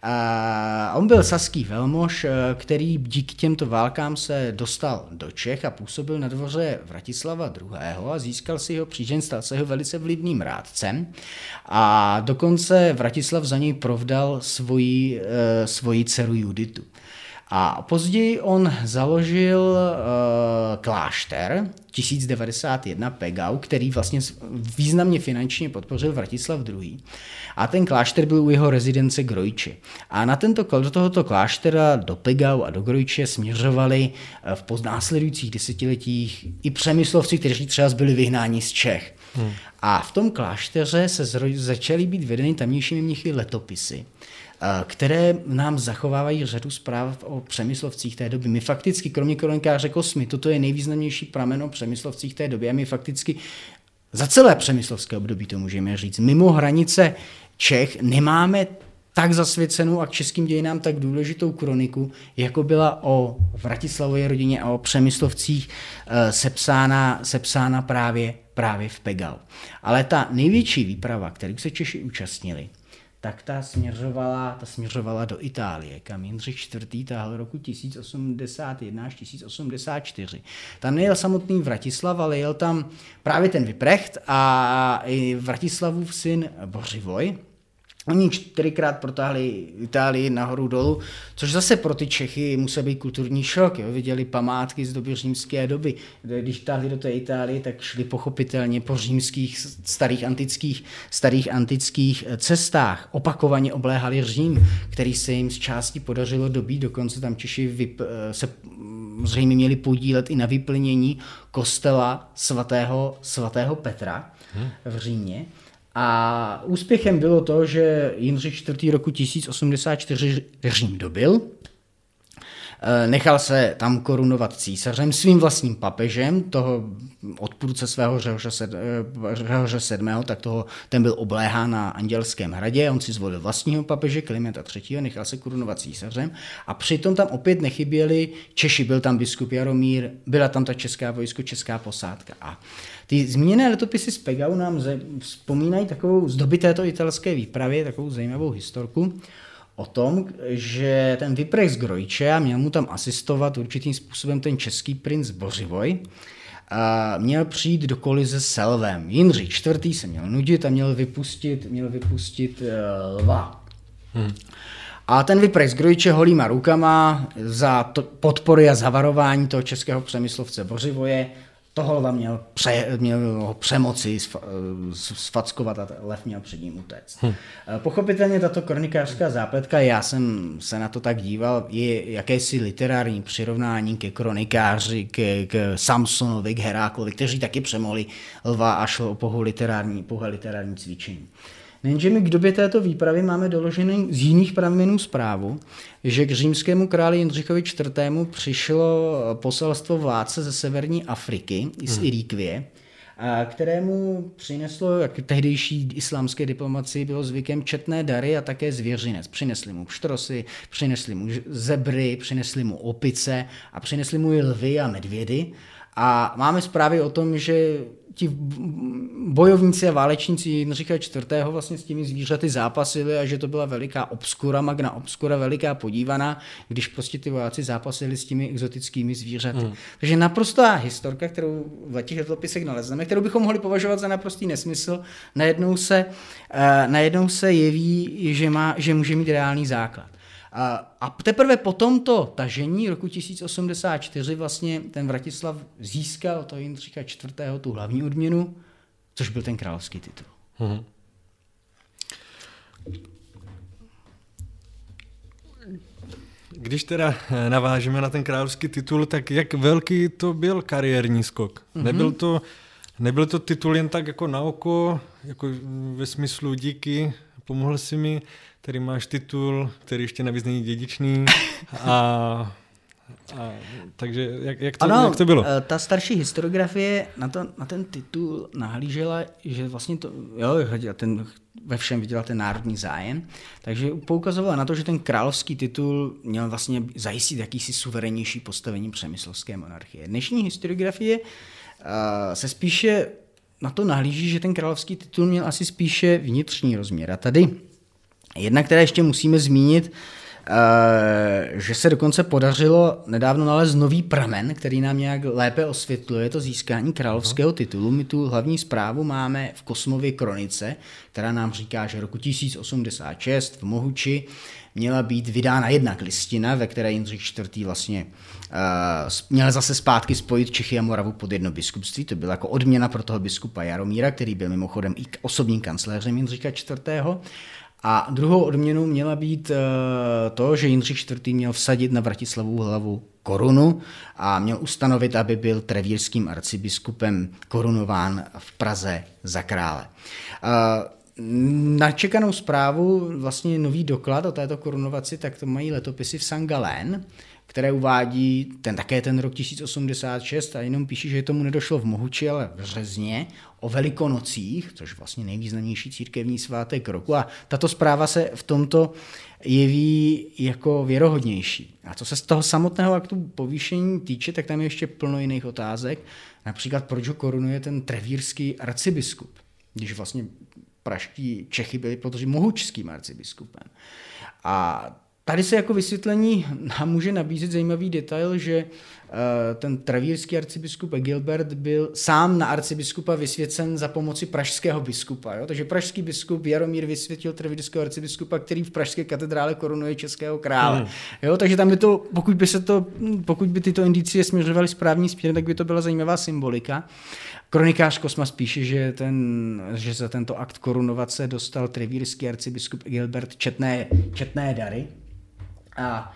[SPEAKER 2] A on byl saský velmož, který díky těmto válkám se dostal do Čech a působil na dvoře Vratislava II. A získal si jeho přízeň, stal se jeho velice vlivným rádcem. A dokonce Vratislav za něj provdal svoji dceru Juditu. A později on založil klášter 1091 Pegau, který vlastně významně finančně podpořil Vratislav II. A ten klášter byl u jeho rezidence Grojče. A do tohoto kláštera, do Pegau a do Grojče směřovali v následujících desetiletích i přemyslovci, kteří třeba byli vyhnáni z Čech. A v tom klášteře se začaly být vedeny tamnějšími mnichy letopisy, které nám zachovávají řadu zpráv o přemyslovcích té doby. My fakticky, kromě kronikáře Kosmy, toto je nejvýznamnější pramen o přemyslovcích té doby a my fakticky za celé přemyslovské období to můžeme říct. Mimo hranice Čech nemáme tak zasvěcenou a k českým dějinám tak důležitou kroniku, jako byla o Vratislavově rodině a o přemyslovcích sepsána právě v Pegau. Ale ta největší výprava, kterou se Češi účastnili, tak ta směřovala do Itálie, kam Jindřich IV. Táhl roku 1081 až 1084. Tam nejel samotný Vratislav, ale jel tam právě ten Vyprecht a i Vratislavův syn Bořivoj. Oni 4krát protáhli Itálii nahoru dolů, což zase pro ty Čechy musel být kulturní šok. Jo? Viděli památky z doby římské doby. Když táhli do té Itálie, tak šli pochopitelně po římských starých antických cestách. Opakovaně obléhali Řím, který se jim z části podařilo dobít. Dokonce tam Češi se zřejmě měli podílet i na vyplnění kostela svatého Petra v Římě. A úspěchem bylo to, že Jindřich IV. Roku 1084 Řím dobyl, nechal se tam korunovat císařem, svým vlastním papežem, toho odpůrce svého Řehoře VII., tak ten byl obléhán na Andělském hradě, on si zvolil vlastního papeže Klimenta III., nechal se korunovat císařem a přitom tam opět nechyběli Češi, byl tam biskup Jaromír, byla tam ta česká vojsko, česká posádka. A ty zmíněné letopisy z Pegau nám vzpomínají takovou z doby této italské výpravy, takovou zajímavou historku o tom, že ten Vyprecht z Grojče, a měl mu tam asistovat určitým způsobem ten český princ Bořivoj, měl přijít do kolize s Selvem. Jindřich IV. Se měl nudit a měl vypustit lva. A ten Vyprecht z Grojče holýma rukama za podpory a zavarování toho českého přemyslovce Bořivoje toho lva měl ho přemoci, sfackovat a lev měl před ním utéct. Pochopitelně tato kronikářská zápletka, já jsem se na to tak díval, je jakési literární přirovnání ke kronikáři, k Samsonovi, k Heráklovi, kteří taky přemohli lva a šlo o pouhé literární cvičení. Jenže my k době této výpravy máme doložený z jiných pramenů zprávu, že k římskému králi Jindřichovi IV. Přišlo poselstvo vládce ze severní Afriky, z Irikvie, kterému přineslo, jak tehdejší islámské diplomaci bylo zvykem, četné dary a také zvěřinec. Přinesli mu pštrosy, přinesli mu zebry, přinesli mu opice a přinesli mu i lvy a medvědy. A máme zprávy o tom, že ti bojovníci a válečníci Jindřicha IV. Vlastně s těmi zvířaty zápasili a že to byla veliká obskura, magna obskura, veliká podívaná, když prostě ty vojáci zápasili s těmi exotickými zvířaty. Takže naprostá historka, kterou v těch letopisech nalezneme, kterou bychom mohli považovat za naprostý nesmysl, najednou se jeví, že může mít reálný základ. A teprve po tomto tažení roku 1084 vlastně ten Vratislav získal od toho Jindřicha IV. Tu hlavní odměnu, což byl ten královský titul.
[SPEAKER 1] Když teda navážeme na ten královský titul, tak jak velký to byl kariérní skok? Nebyl to titul jen tak jako na oko, jako ve smyslu díky, pomohl si mi, tady máš titul, který ještě navíc není dědičný. Takže jak to bylo?
[SPEAKER 2] Ta starší historiografie na ten titul nahlížela, že vlastně to, ve všem viděla ten národní zájem, takže poukazovala na to, že ten královský titul měl vlastně zajistit jakýsi suverénnější postavení přemyslovské monarchie. Dnešní historiografie se spíše na to nahlíží, že ten královský titul měl asi spíše vnitřní rozměr. A tady jedna, která ještě musíme zmínit, že se dokonce podařilo nedávno nalézt nový pramen, který nám nějak lépe osvětluje to získání královského titulu. My tu hlavní zprávu máme v Kosmově kronice, která nám říká, že roku 1086 v Mohuči měla být vydána jednak listina, ve které Jindřich IV. Vlastně měl zase zpátky spojit Čechy a Moravu pod jedno biskupství. To byla jako odměna pro toho biskupa Jaromíra, který byl mimochodem i osobním kancléřem Jindřicha IV. A druhou odměnou měla být to, že Jindřich IV. Měl vsadit na Vratislavu hlavu korunu a měl ustanovit, aby byl trevírským arcibiskupem korunován v Praze za krále. Na čekanou zprávu, vlastně nový doklad o této korunovaci, tak to mají letopisy v St. Gallen, které uvádí také ten rok 1086 a jenom píší, že tomu nedošlo v Mohuči, ale v Řezně o Velikonocích, což vlastně nejvýznamnější církevní svátek roku. A tato zpráva se v tomto jeví jako věrohodnější. A co se z toho samotného aktu povýšení týče, tak tam je ještě plno jiných otázek. Například, proč ho korunuje ten trevírský arcibiskup, když vlastně praští Čechy byli pod mohučským arcibiskupem. A tady se jako vysvětlení nám může nabízet zajímavý detail, že ten trevírský arcibiskup Egilbert byl sám na arcibiskupa vysvěcen za pomoci pražského biskupa. Jo? Takže pražský biskup Jaromír vysvětil trevírského arcibiskupa, který v pražské katedrále korunuje českého krále. Jo? Takže tam by to, pokud by tyto indicie směřovaly správný směr, tak by to byla zajímavá symbolika. Kronikář Kosmas píše, že za tento akt korunovace dostal trevírský arcibiskup Egilbert četné dary. A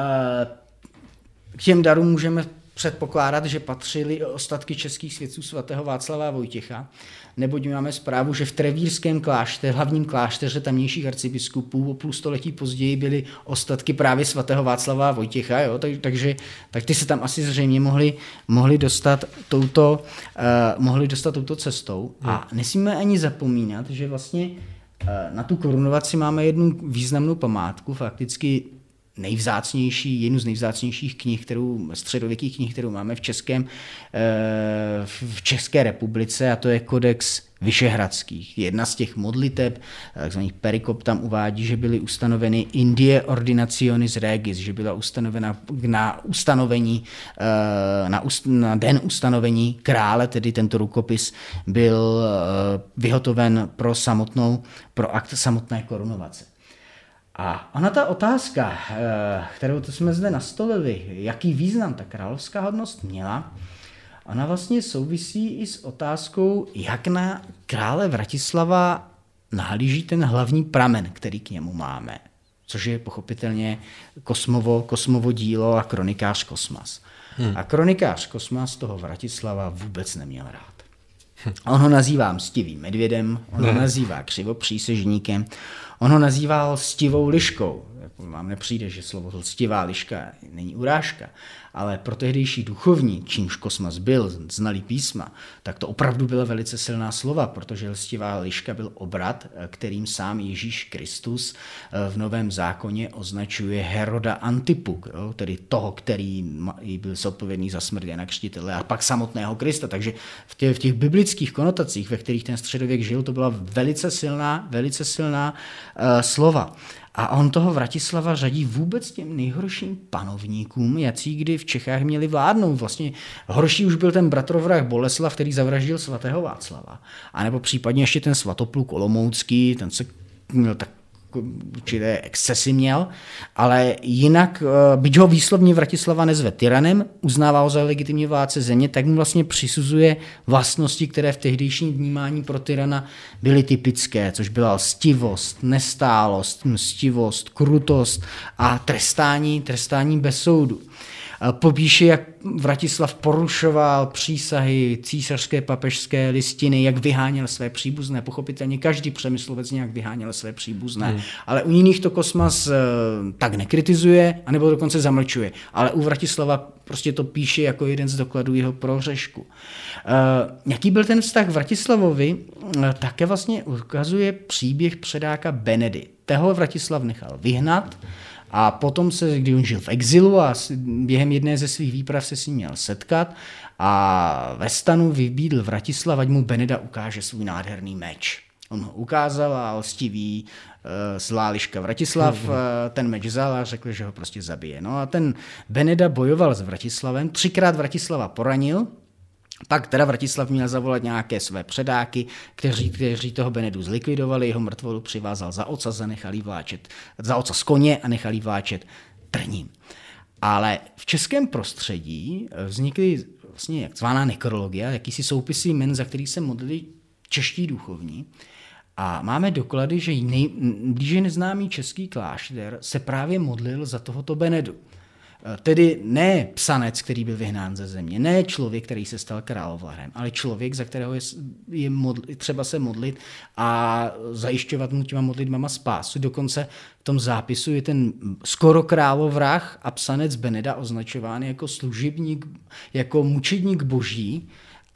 [SPEAKER 2] k těm darům můžeme předpokládat, že patřily ostatky českých svědců svatého Václava Vojtěcha, neboť máme zprávu, že v trevírském klášteře, hlavním klášteře tamnějších arcibiskupů o půl století později byly ostatky právě svatého Václava Vojtěcha, jo? Takže ty se tam asi zřejmě mohli dostat touto cestou. A nesmíme ani zapomínat, že vlastně na tu korunovaci máme jednu významnou památku, fakticky jednu z nejvzácnějších knih, středověkých knih, kterou máme v České republice, a to je Kodex Vyšehradských. Jedna z těch modliteb, takzvaných perikop, tam uvádí, že byly ustanoveny Indie Ordinationis Regis, že byla ustanovena na den ustanovení krále, tedy tento rukopis byl vyhotoven pro akt samotné korunovace. A ona ta otázka, kterou jsme zde nastolili, jaký význam ta královská hodnost měla, Ona vlastně souvisí i s otázkou, jak na krále Vratislava nahlíží ten hlavní pramen, který k němu máme, což je pochopitelně Kosmovo dílo a kronikář Kosmas. A kronikář Kosmas toho Vratislava vůbec neměl rád. On ho nazývá mstivým medvědem, on ho nazývá křivopřísežníkem, on ho nazývá lstivou liškou. Vám nepřijde, že slovo lstivá liška není urážka, ale pro tehdejší duchovní, čímž Kosmas byl, znalý písma, tak to opravdu byla velice silná slova, protože lstivá liška byl obrat, kterým sám Ježíš Kristus v Novém zákoně označuje Heroda Antipu, tedy toho, který byl zodpovědný za smrt Jana Křtitele a pak samotného Krista. Takže v těch biblických konotacích, ve kterých ten středověk žil, to byla velice silná slova. A on toho Vratislava řadí vůbec těm nejhorším panovníkům, jací kdy v Čechách měli vládnout. Vlastně horší už byl ten bratrovrah Boleslav, který zavraždil svatého Václava. A nebo případně ještě ten Svatopluk Olomoucký, ten se měl tak určité excesy měl, ale jinak, byť ho výslovně Vratislava nezve tyranem, uznává ho za legitimní vládce země, tak mu vlastně přisuzuje vlastnosti, které v tehdejším vnímání pro tyrana byly typické, což byla lstivost, nestálost, mstivost, krutost a trestání bez soudu. Popíše, jak Vratislav porušoval přísahy císařské papežské listiny, jak vyháněl své příbuzné. Pochopitelně každý Přemyslovec nějak vyháněl své příbuzné. Ale u jiných to Kosmas tak nekritizuje, anebo dokonce zamlčuje. Ale u Vratislava prostě to píše jako jeden z dokladů jeho prohřešku. Jaký byl ten vztah Vratislavovi, také vlastně ukazuje příběh předáka Benedy. Toho Vratislav nechal vyhnat, a potom když on žil v exilu a během jedné ze svých výprav se s ním měl setkat a ve stanu vybídl Vratislav, ať mu Beneda ukáže svůj nádherný meč. On ho ukázal a lstivý zlá liška Vratislav ten meč vzal a řekl, že ho prostě zabije. No a ten Beneda bojoval s Vratislavem, 3krát Vratislava poranil, pak teda Vratislav měl zavolat nějaké své předáky, kteří toho Benedu zlikvidovali, jeho mrtvolu přivázal za oca z koně a nechali vláčet trním. Ale v českém prostředí vznikly vlastně jakzvaná nekrologie, jakýsi soupisy jmen, za který se modlili čeští duchovní. A máme doklady, že nejblíže neznámý český klášter se právě modlil za tohoto Benedu. Tedy ne psanec, který byl vyhnán ze země, ne člověk, který se stal královlahem, ale člověk, za kterého je třeba se modlit a zajišťovat mu těma modlitbama spásu. Dokonce v tom zápisu je ten skoro královrah a psanec Beneda označován jako služebník, jako mučedník boží,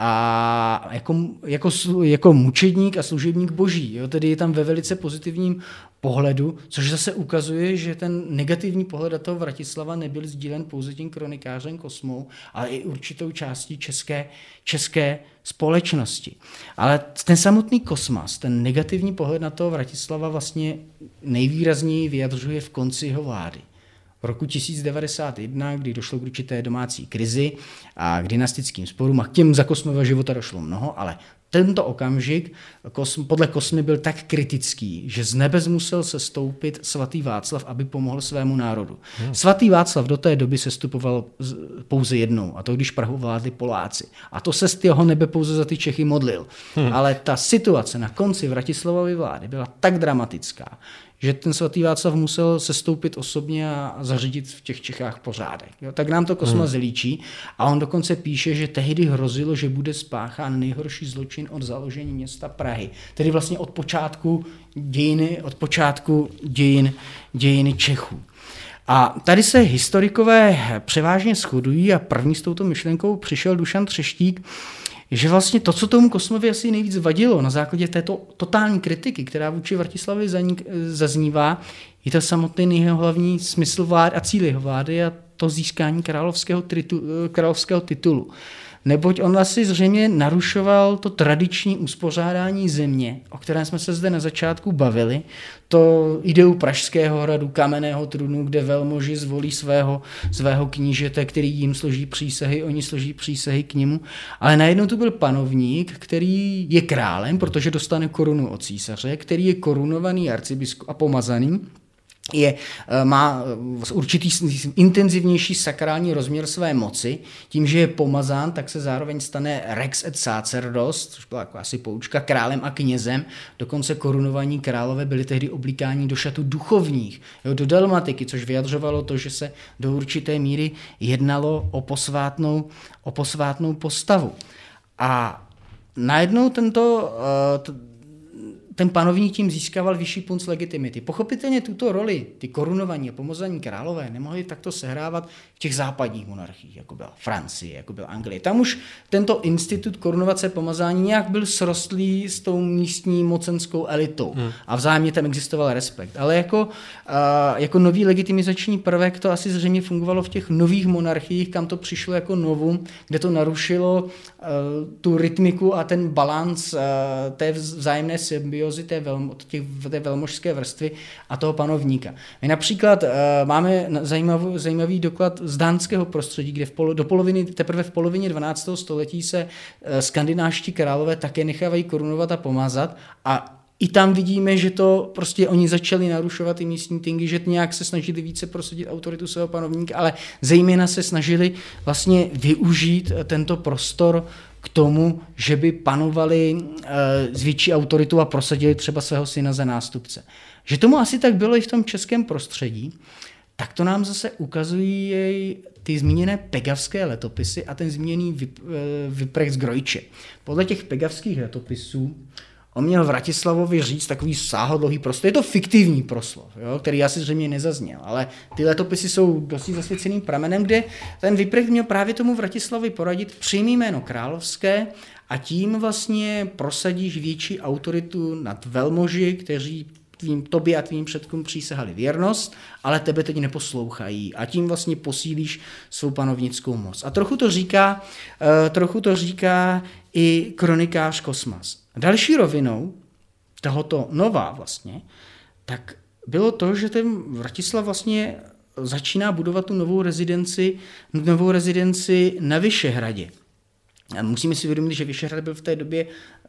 [SPEAKER 2] a jako mučedník a služebník boží. Jo? Tedy je tam ve velice pozitivním pohledu, což zase ukazuje, že ten negativní pohled toho Vratislava nebyl sdílen pouze tím kronikářem Kosmou, ale i určitou částí české společnosti. Ale ten samotný Kosmas, ten negativní pohled na toho Vratislava vlastně nejvýrazněji vyjadřuje v konci jeho vlády. V roku 1091, kdy došlo k určité domácí krizi a k dynastickým sporům, a k těm za Kosmova života došlo mnoho, ale tento okamžik podle Kosmy byl tak kritický, že z nebes musel sestoupit svatý Václav, aby pomohl svému národu. Svatý Václav do té doby sestupoval pouze jednou, a to když Prahu vládli Poláci. A to se z jeho nebe pouze za ty Čechy modlil. Ale ta situace na konci Vratislavovy vlády byla tak dramatická, že ten svatý Václav musel sestoupit osobně a zařídit v těch Čechách pořádek. Jo? Tak nám to Kosmas líčí a on dokonce píše, že tehdy hrozilo, že bude spáchán nejhorší zločin od založení města Prahy. Tedy vlastně od počátku dějiny Čechů. A tady se historikové převážně shodují a první s touto myšlenkou přišel Dušan Třeštík, že vlastně to, co tomu Kosmovi asi nejvíc vadilo na základě této totální kritiky, která vůči Vratislavovi zaznívá, je to samotný jeho hlavní smysl vlády a cíl jeho vlády a to získání královského titulu. Neboť on asi zřejmě narušoval to tradiční uspořádání země, o kterém jsme se zde na začátku bavili, to ideu Pražského hradu, kamenného trůnu, kde velmoži zvolí svého knížete, který jim složí přísahy, oni složí přísahy k němu. Ale najednou tu byl panovník, který je králem, protože dostane korunu od císaře, který je korunovaný arcibiskup a pomazaný, má určitý intenzivnější sakrální rozměr své moci. Tím, že je pomazán, tak se zároveň stane rex et sacerdos, což byla jako asi poučka, králem a knězem. Dokonce korunovaní králové byli tehdy oblíkáni do šatů duchovních, do dalmatiky, což vyjadřovalo to, že se do určité míry jednalo o posvátnou postavu. A najednou ten panovník tím získával vyšší punc legitimity. Pochopitelně tuto roli, ty korunovaní a pomozaní králové, nemohli takto sehrávat v těch západních monarchiích, jako byla Francie, jako byla Anglie. Tam už tento institut korunovace pomazání nějak byl srostlý s tou místní mocenskou elitou a vzájemně tam existoval respekt. Ale jako nový legitimizační prvek to asi zřejmě fungovalo v těch nových monarchiích, kam to přišlo jako novum, kde to narušilo tu rytmiku a ten balanc té vzájemné symbiozy té velmožské vrstvy a toho panovníka. My například máme zajímavý doklad z dánského prostředí, kde teprve v polovině 12. století se skandinávští králové také nechávají korunovat a pomazat a i tam vidíme, že to prostě oni začali narušovat ty místní tingy, že nějak se snažili více prosadit autoritu svého panovníka, ale zejména se snažili vlastně využít tento prostor k tomu, že by panovali s větší autoritu a prosadili třeba svého syna za nástupce. Že tomu asi tak bylo i v tom českém prostředí, tak to nám zase ukazují ty zmíněné pegavské letopisy a ten zmíněný Vyprecht z Grojče. Podle těch pegavských letopisů on měl Vratislavovi říct takový sáhodlouhý proslov. Je to fiktivní proslov, jo, který asi zřejmě nezazněl, ale ty letopisy jsou dosti zasvěceným pramenem, kde ten Vyprecht měl právě tomu Vratislavovi poradit: přijmi jméno královské a tím vlastně prosadíš větší autoritu nad velmoži, kteří tobě a tvým předkům přísahali věrnost, ale tebe teď neposlouchají a tím vlastně posílíš svou panovnickou moc. A trochu to říká i kronikář Kosmas. Další rovinou tohoto nova vlastně, tak bylo to, že ten Vratislav vlastně začíná budovat tu novou rezidenci na Vyšehradě. A musíme si uvědomit, že Vyšehrad byl v té době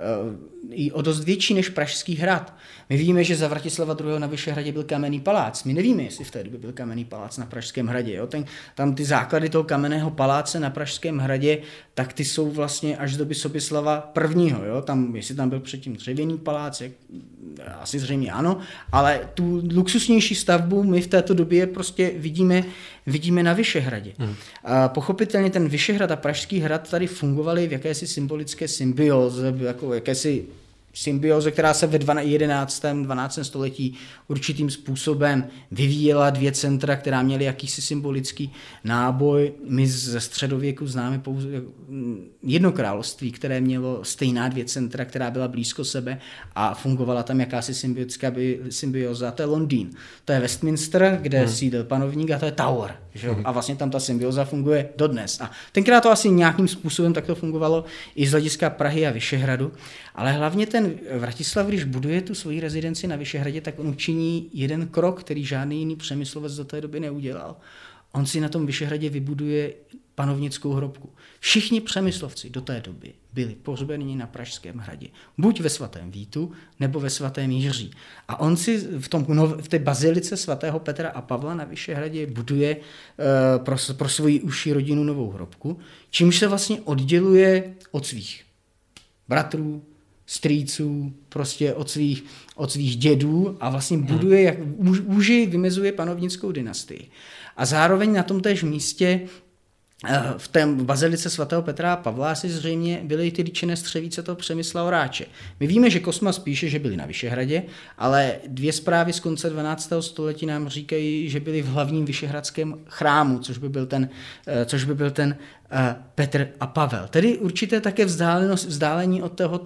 [SPEAKER 2] i o dost větší než Pražský hrad. My víme, že za Vratislava II. Na Vyšehradě byl kamenný palác. My nevíme, jestli v té době byl kamenný palác na Pražském hradě. Jo? Tam ty základy toho kamenného paláce na Pražském hradě, tak ty jsou vlastně až z doby Sobislava I. Jo? Jestli tam byl předtím dřevěný palác, asi zřejmě ano, ale tu luxusnější stavbu my v této době prostě vidíme na Vyšehradě. A pochopitelně ten Vyšehrad a Pražský hrad tady fungovaly v jakési symbolické symbioze, jako jakési symbioze, která se ve 11. 12. století určitým způsobem vyvíjela, dvě centra, která měly jakýsi symbolický náboj. My ze středověku známe pouze jedno království, které mělo stejná dvě centra, která byla blízko sebe a fungovala tam jakási symbiotická symbioza. To je Londýn, to je Westminster, kde sídl panovník, a to je Tower. Že? A vlastně tam ta symbioza funguje dodnes. A tenkrát to asi nějakým způsobem takto fungovalo i z hlediska Prahy a Vyšehradu, ale hlavně ten Vratislav, když buduje tu svoji rezidenci na Vyšehradě, tak on učiní jeden krok, který žádný jiný Přemyslovec do té doby neudělal. On si na tom Vyšehradě vybuduje panovnickou hrobku. Všichni Přemyslovci do té doby byli pohřbeni na Pražském hradě. Buď ve svatém Vítu, nebo ve svatém Jiří. A on si v té bazilice svatého Petra a Pavla na Vyšehradě buduje pro svoji užší rodinu novou hrobku, čímž se vlastně odděluje od svých bratrů, strýců, prostě od svých dědů a vlastně buduje, jak muži vymezuje panovnickou dynastii. A zároveň na tom též místě v té bazilice svatého Petra a Pavla asi zřejmě byly ty líčené střevíce toho Přemysla Oráče. My víme, že Kosmas píše, že byli na Vyšehradě, ale dvě zprávy z konce 12. století nám říkají, že byli v hlavním vyšehradském chrámu, což by byl ten Petr a Pavel. Tedy určité také vzdálení od toho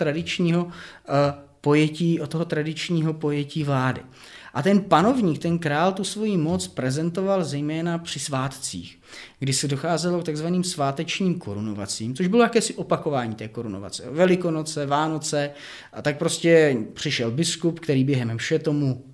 [SPEAKER 2] tradičního pojetí vlády. A ten panovník, ten král, tu svoji moc prezentoval zejména při svátcích, kdy se docházelo k takzvaným svátečním korunovacím, což bylo jakési opakování té korunovace. Velikonoce, Vánoce, a tak prostě přišel biskup, který během mše tomu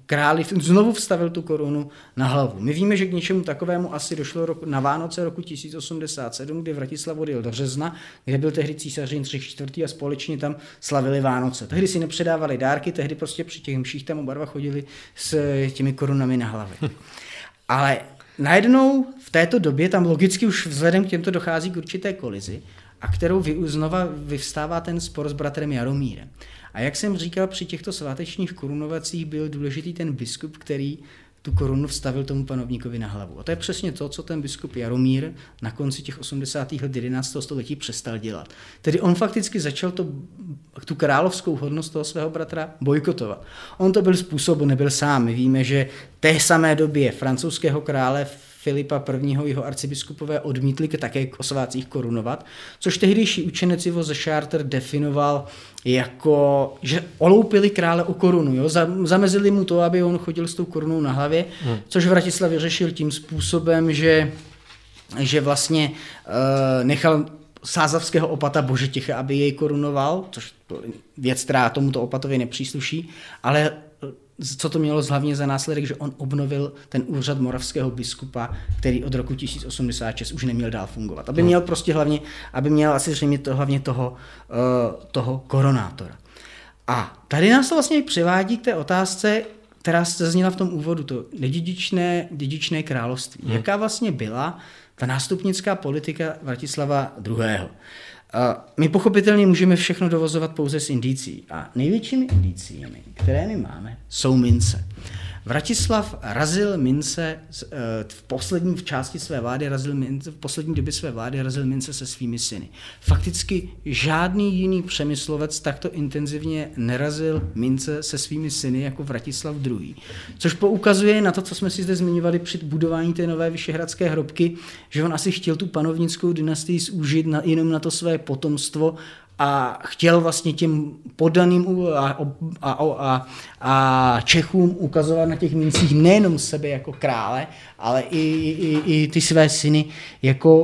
[SPEAKER 2] králi znovu vstavil tu korunu na hlavu. My víme, že k něčemu takovému asi došlo na Vánoce roku 1087, kdy Vratislav odjel do Řezna, kde byl tehdy císař Jindřich IV. A společně tam slavili Vánoce. Tehdy si nepředávali dárky, tehdy prostě při těch mších tam oba dva chodili s těmi korunami na hlavě. Ale najednou v této době tam logicky už vzhledem k těmto dochází k určité kolizi, a kterou znova vyvstává ten spor s bratrem Jaromírem. A jak jsem říkal, při těchto svátečních korunovacích byl důležitý ten biskup, který tu korunu vstavil tomu panovníkovi na hlavu. A to je přesně to, co ten biskup Jaromír na konci těch 80. let 11. století přestal dělat. Tedy on fakticky začal tu královskou hodnost toho svého bratra bojkotovat. On to byl způsob, nebyl sám. My víme, že té samé době francouzského krále Filipa I. Jeho arcibiskupové odmítli také o svátcích korunovat, což tehdejší učenec Ivo ze Chartres definoval jako, že oloupili krále o korunu, jo? Zamezili mu to, aby on chodil s tou korunou na hlavě, což Vratislav řešil tím způsobem, že vlastně nechal sázavského opata Božetěcha, aby jej korunoval, což je věc, která tomuto opatovi nepřísluší, ale co to mělo hlavně za následek, že on obnovil ten úřad moravského biskupa, který od roku 1086 už neměl dál fungovat. Aby měl prostě hlavně, aby měl asi zřejmě hlavně toho koronátora. A tady nás to vlastně přivádí k té otázce, která se zazněla v tom úvodu, to dědičné království. Jaká vlastně byla ta nástupnická politika Vratislava II. My pochopitelně můžeme všechno dovozovat pouze z indicí. A největšími indiciemi, které my máme, jsou mince. Vratislav razil mince v poslední době své vlády razil mince se svými syny. Fakticky žádný jiný přemyslovec takto intenzivně nerazil mince se svými syny jako Vratislav II. Což poukazuje na to, co jsme si zde zmiňovali při budování té nové vyšehradské hrobky, že on asi chtěl tu panovnickou dynastii zúžit jenom na to své potomstvo a chtěl vlastně těm poddaným a Čechům ukazovat na těch mincích nejenom sebe jako krále, ale i ty své syny jako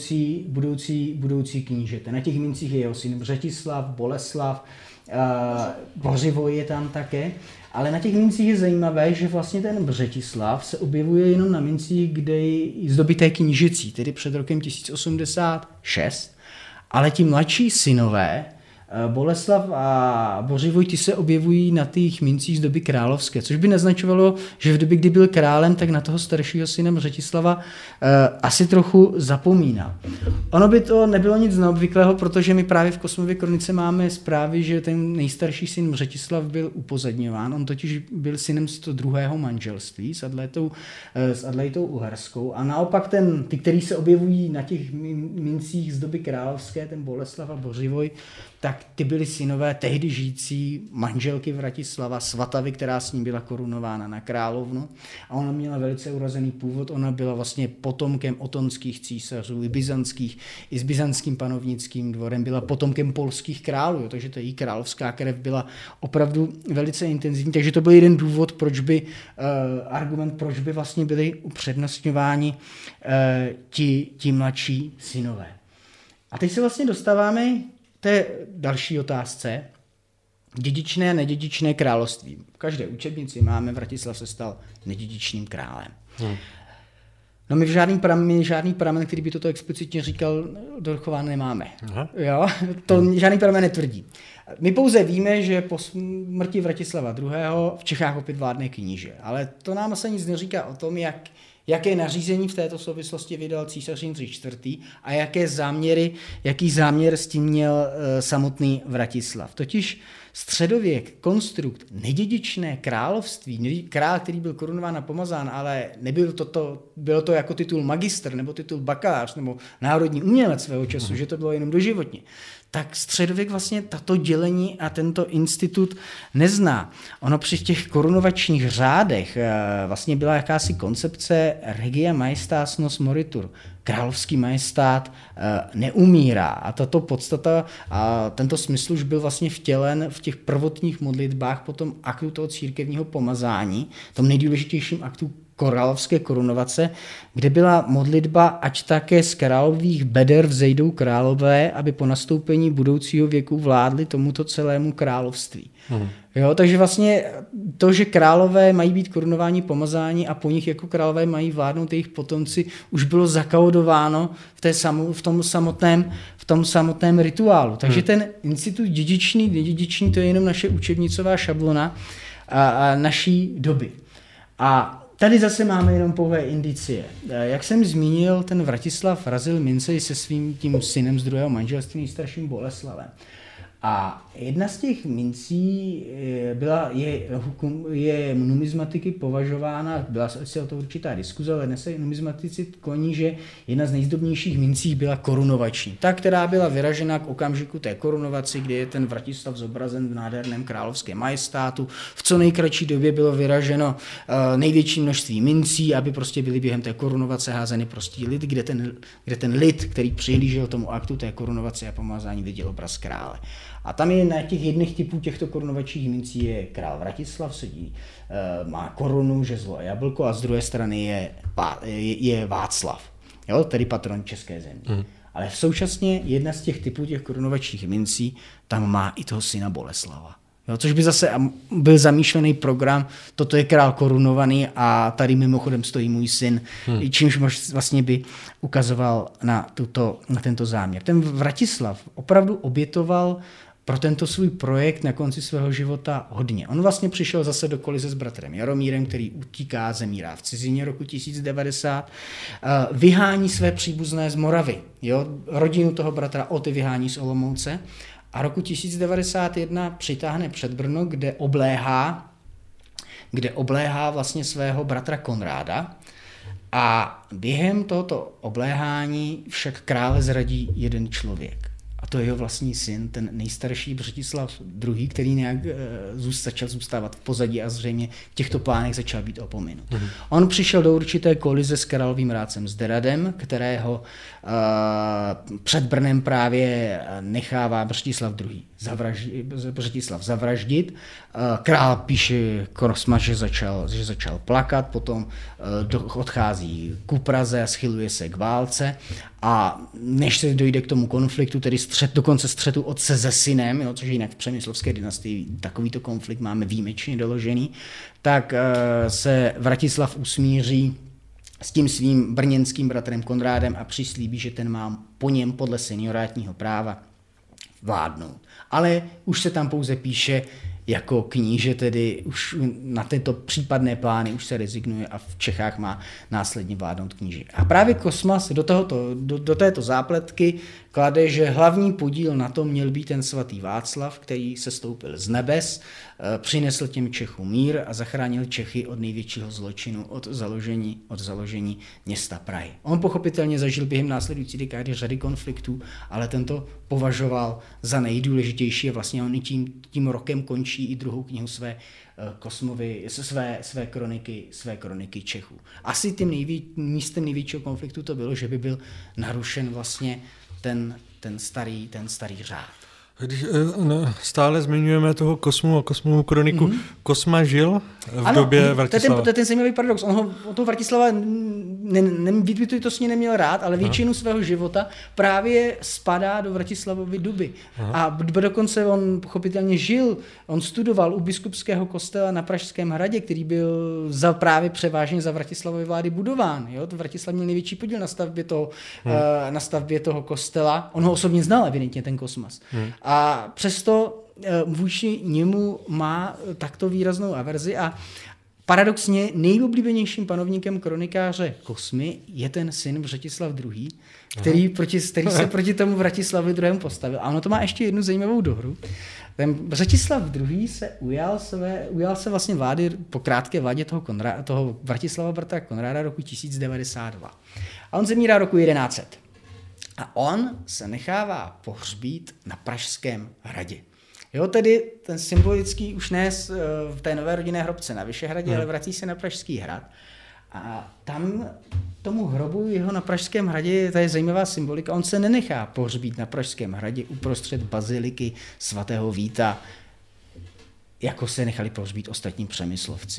[SPEAKER 2] budoucí knížete. Na těch mincích je jeho syn Břetislav, Boleslav, Bořivoj je tam také, ale na těch mincích je zajímavé, že vlastně ten Břetislav se objevuje jenom na mincích, kde je z doby té knížecí, tedy před rokem 1086, ale ti mladší synové, Boleslav a Bořivoj, ty se objevují na těch mincích z doby královské, což by naznačovalo, že v době, kdy byl králem, tak na toho staršího syna Břetislava asi trochu zapomínal. Ono by to nebylo nic neobvyklého, protože my právě v Kosmově kronice máme zprávy, že ten nejstarší syn Břetislav byl upozadňován. On totiž byl synem z toho druhého manželství s Adlétou Uherskou a naopak ty, který se objevují na těch mincích z doby královské, ten Boleslav a Bořivoj, tak ty byly synové tehdy žijící manželky Vratislava Svatavy, která s ním byla korunována na královnu. A ona měla velice urazený původ, ona byla vlastně potomkem otonských císařů, i byzantských, i s byzantským panovnickým dvorem, byla potomkem polských králů, takže ta její královská krev byla opravdu velice intenzivní. Takže to byl jeden důvod, argument, proč by vlastně byli upřednostňováni ti mladší synové. A teď se vlastně dostáváme té další otázce, dědičné a nedědičné království. V každé učebnici máme, Vratislav se stal nedědičným králem. No my žádný pramen, který by toto explicitně říkal, dochován nemáme. Jo? To žádný pramen netvrdí. My pouze víme, že po smrti Vratislava II. V Čechách opět vládne kníže. Ale to nám asi nic neříká o tom, jaké nařízení v této souvislosti vydal císař Jindřich IV. A jaký záměr s tím měl samotný Vratislav. Totiž středověk, konstrukt, nedědičné království, král, který byl korunován a pomazán, ale bylo to jako titul magistr nebo titul bakalář nebo národní umělec svého času, že to bylo jenom doživotně. Tak středověk vlastně tato dělení a tento institut nezná. Ono při těch korunovačních řádech vlastně byla jakási koncepce regia majestas nos moritur. Královský majestát neumírá. A tato podstata a tento smysl už byl vlastně vtělen v těch prvotních modlitbách po tom aktu toho církevního pomazání, tom nejdůležitějším aktu královské korunovace, kde byla modlitba, ať také z králových beder vzejdou králové, aby po nastoupení budoucího věku vládli tomuto celému království. Jo, takže vlastně to, že králové mají být korunováni, pomazáni a po nich jako králové mají vládnout jejich potomci, už bylo zakaudováno v tom samotném rituálu. Takže ten institut dědičný, to je jenom naše učebnicová šablona a naší doby. A tady zase máme jenom pouhé indicie. Jak jsem zmínil, ten Vratislav razil mince se svým tím synem z druhého manželství, nejstarším Boleslavem. A jedna z těch mincí je numismatiky považována, byla se o to určitá diskuze, ale dnes se numismatici kloní, že jedna z nejzdobnějších mincí byla korunovační. Ta, která byla vyražena k okamžiku té korunovaci, kdy je ten Vratislav zobrazen v nádherném královském majestátu. V co nejkratší době bylo vyraženo největší množství mincí, aby prostě byly během té korunovace házeny prostý lid, kde ten lid, který přihlížel tomu aktu té korunovace a pomazání, viděl obraz krále. A tam je na těch jedných typů těchto korunovačních mincí je král Vratislav, sedí, má korunu, žezlo a jablko a z druhé strany je Václav, jo, tedy patron české země. Ale současně jedna z těch typů těch korunovačních mincí tam má i toho syna Boleslava. Jo, což by zase byl zamýšlený program, toto je král korunovaný a tady mimochodem stojí můj syn, čímž vlastně by ukazoval na tento záměr. Ten Vratislav opravdu obětoval pro tento svůj projekt na konci svého života hodně. On vlastně přišel zase do kolize s bratrem Jaromírem, který utíká, zemírá v cizině roku 1090, vyhání své příbuzné z Moravy. Jo? Rodinu toho bratra Oty vyhání z Olomouce a roku 1091 přitáhne před Brno, kde obléhá vlastně svého bratra Konráda. A během tohoto obléhání však krále zradí jeden člověk. A to je jeho vlastní syn, ten nejstarší Břetislav II., který nějak začal zůstávat v pozadí a zřejmě v těchto plánech začal být opominut. On přišel do určité kolize s královým rádcem Zderadem, kterého před Brnem právě nechává Břetislav II. Zavraždit. Král píše Kosmas, že začal plakat, potom odchází ku Praze a schyluje se k válce. A než se dojde k tomu konfliktu, tedy dokonce střetu otce se synem, jo, což jinak v přemyslovské dynastii takovýto konflikt máme výjimečně doložený, tak se Vratislav usmíří s tím svým brněnským bratrem Konrádem a přislíbí, že ten má po něm podle seniorátního práva vládnout. Ale už se tam pouze píše jako kníže, tedy už na tyto případné plány už se rezignuje a v Čechách má následně vládnout kníže. A právě Kosmas do této zápletky klade, že hlavní podíl na tom měl být ten svatý Václav, který se stoupil z nebes, přinesl těm Čechům mír a zachránil Čechy od největšího zločinu, od založení města Prahy. On pochopitelně zažil během následující dekády řady konfliktů, ale tento považoval za nejdůležitější a vlastně on i tím rokem končí i druhou knihu své kroniky Čechů. Asi tím místem největšího konfliktu to bylo, že by byl narušen vlastně ten starý řád.
[SPEAKER 1] Když stále zmiňujeme toho Kosmu a Kosmovu kroniku, Kosma žil v době Vratislava.
[SPEAKER 2] To je ten zajímavý paradox. On toho Vratislava bytostně neměl rád, ale většinu svého života právě spadá do Vratislavovy doby. A dokonce on pochopitelně on studoval u biskupského kostela na Pražském hradě, který byl právě převážně za Vratislavovy vlády budován. Jo? Vratislav měl největší podíl na stavbě toho kostela. On ho osobně znal evidentně, ten Kosmas. A přesto vůči němu má takto výraznou averzi a paradoxně nejoblíbenějším panovníkem kronikáře Kosmy je ten syn Břetislav II., který se proti tomu Vratislavu II. Postavil. A ono to má ještě jednu zajímavou dohru. Ten Břetislav II. se ujal se vlastně vlády po krátké vládě toho Vratislava bratra Konráda roku 1092. A on zemírá roku 1100. A on se nechává pohřbít na Pražském hradě. Jo, tedy ten symbolický už ne v té nové rodinné hrobce na Vyšehradě, ale vrací se na Pražský hrad. A tam tomu hrobu jeho na Pražském hradě, to je zajímavá symbolika, on se nenechá pohřbít na Pražském hradě uprostřed baziliky svatého Víta, jako se nechali pohřbít ostatní Přemyslovci.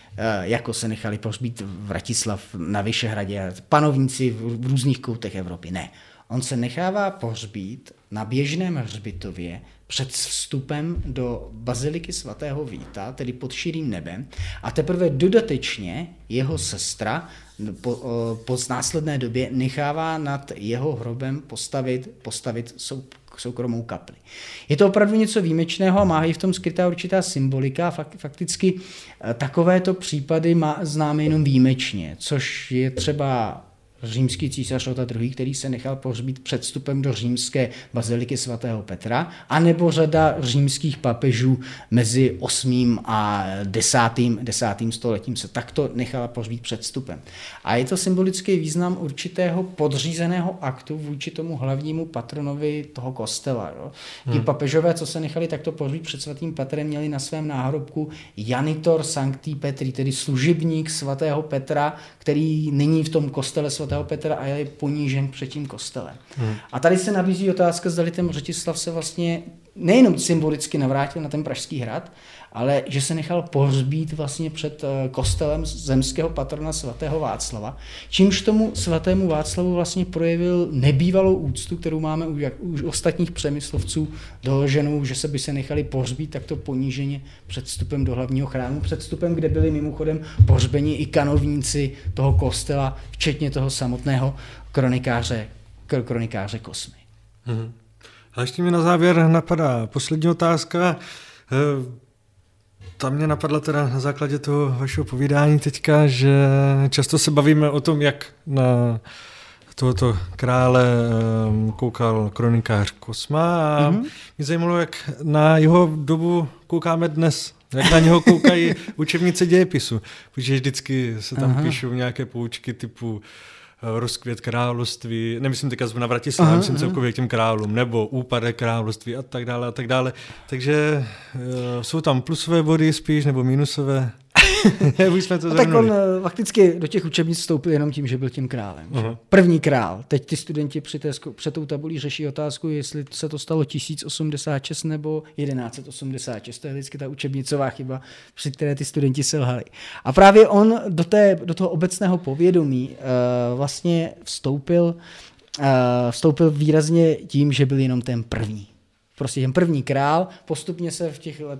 [SPEAKER 2] jako se nechali pohřbít Vratislav na Vyšehradě, panovníci v různých koutech Evropy. Ne. On se nechává pohřbít na běžném hřbitově před vstupem do baziliky svatého Víta, tedy pod širým nebem, a teprve dodatečně jeho sestra po následné době nechává nad jeho hrobem postavit soukromou kapli. Je to opravdu něco výjimečného a má i v tom skrytá určitá symbolika. Fakticky takovéto případy známe jenom výjimečně, což je třeba římský císař Otto II., který se nechal pohřbít před vstupem do římské baziliky svatého Petra, anebo řada římských papežů mezi 8. a 10. stoletím se takto nechala pohřbít před vstupem. A je to symbolický význam určitého podřízeného aktu vůči tomu hlavnímu patronovi toho kostela. Jo. Ti papežové, co se nechali takto pohřbít před svatým Petrem, měli na svém náhrobku Janitor Sancti Petri, tedy služebník svatého Petra, který není v tom kostele svatého Petra a je ponížen před tím kostelem. A tady se nabízí otázka, zda ten Břetislav se vlastně nejenom symbolicky navrátil na ten Pražský hrad, ale že se nechal pohřbít vlastně před kostelem zemského patrona svatého Václava, čímž tomu svatému Václavu vlastně projevil nebývalou úctu, kterou máme už ostatních přemyslovců doloženou, že by se nechali pohřbít takto poníženě před vstupem do hlavního chrámu, před vstupem, kde byli mimochodem pohřbeni i kanovníci toho kostela, včetně toho samotného kronikáře Kosmy.
[SPEAKER 1] A ještě mi na závěr napadá poslední otázka. Ta mě napadla teda na základě toho vašeho povídání teďka, že často se bavíme o tom, jak na tohoto krále koukal kronikář Kosma a mě zajímalo, jak na jeho dobu koukáme dnes. Jak na něho koukají učebnice dějepisu, protože vždycky se tam píšou nějaké poučky typu rozkvět království, nemyslím teďka na Vratislav, myslím celkově k těm králům, nebo úpadek království a tak dále a tak dále. Takže jsou tam plusové body spíš, nebo minusové. Už jsme to
[SPEAKER 2] tak on fakticky do těch učebnic vstoupil jenom tím, že byl tím králem. První král. Teď ty studenti před tou tabulí řeší otázku, jestli se to stalo 1086 nebo 1186. To je vždycky ta učebnicová chyba, při které ty studenti selhali. A právě on do toho obecného povědomí vlastně vstoupil výrazně tím, že byl jenom ten první. Prostě ten první král, postupně se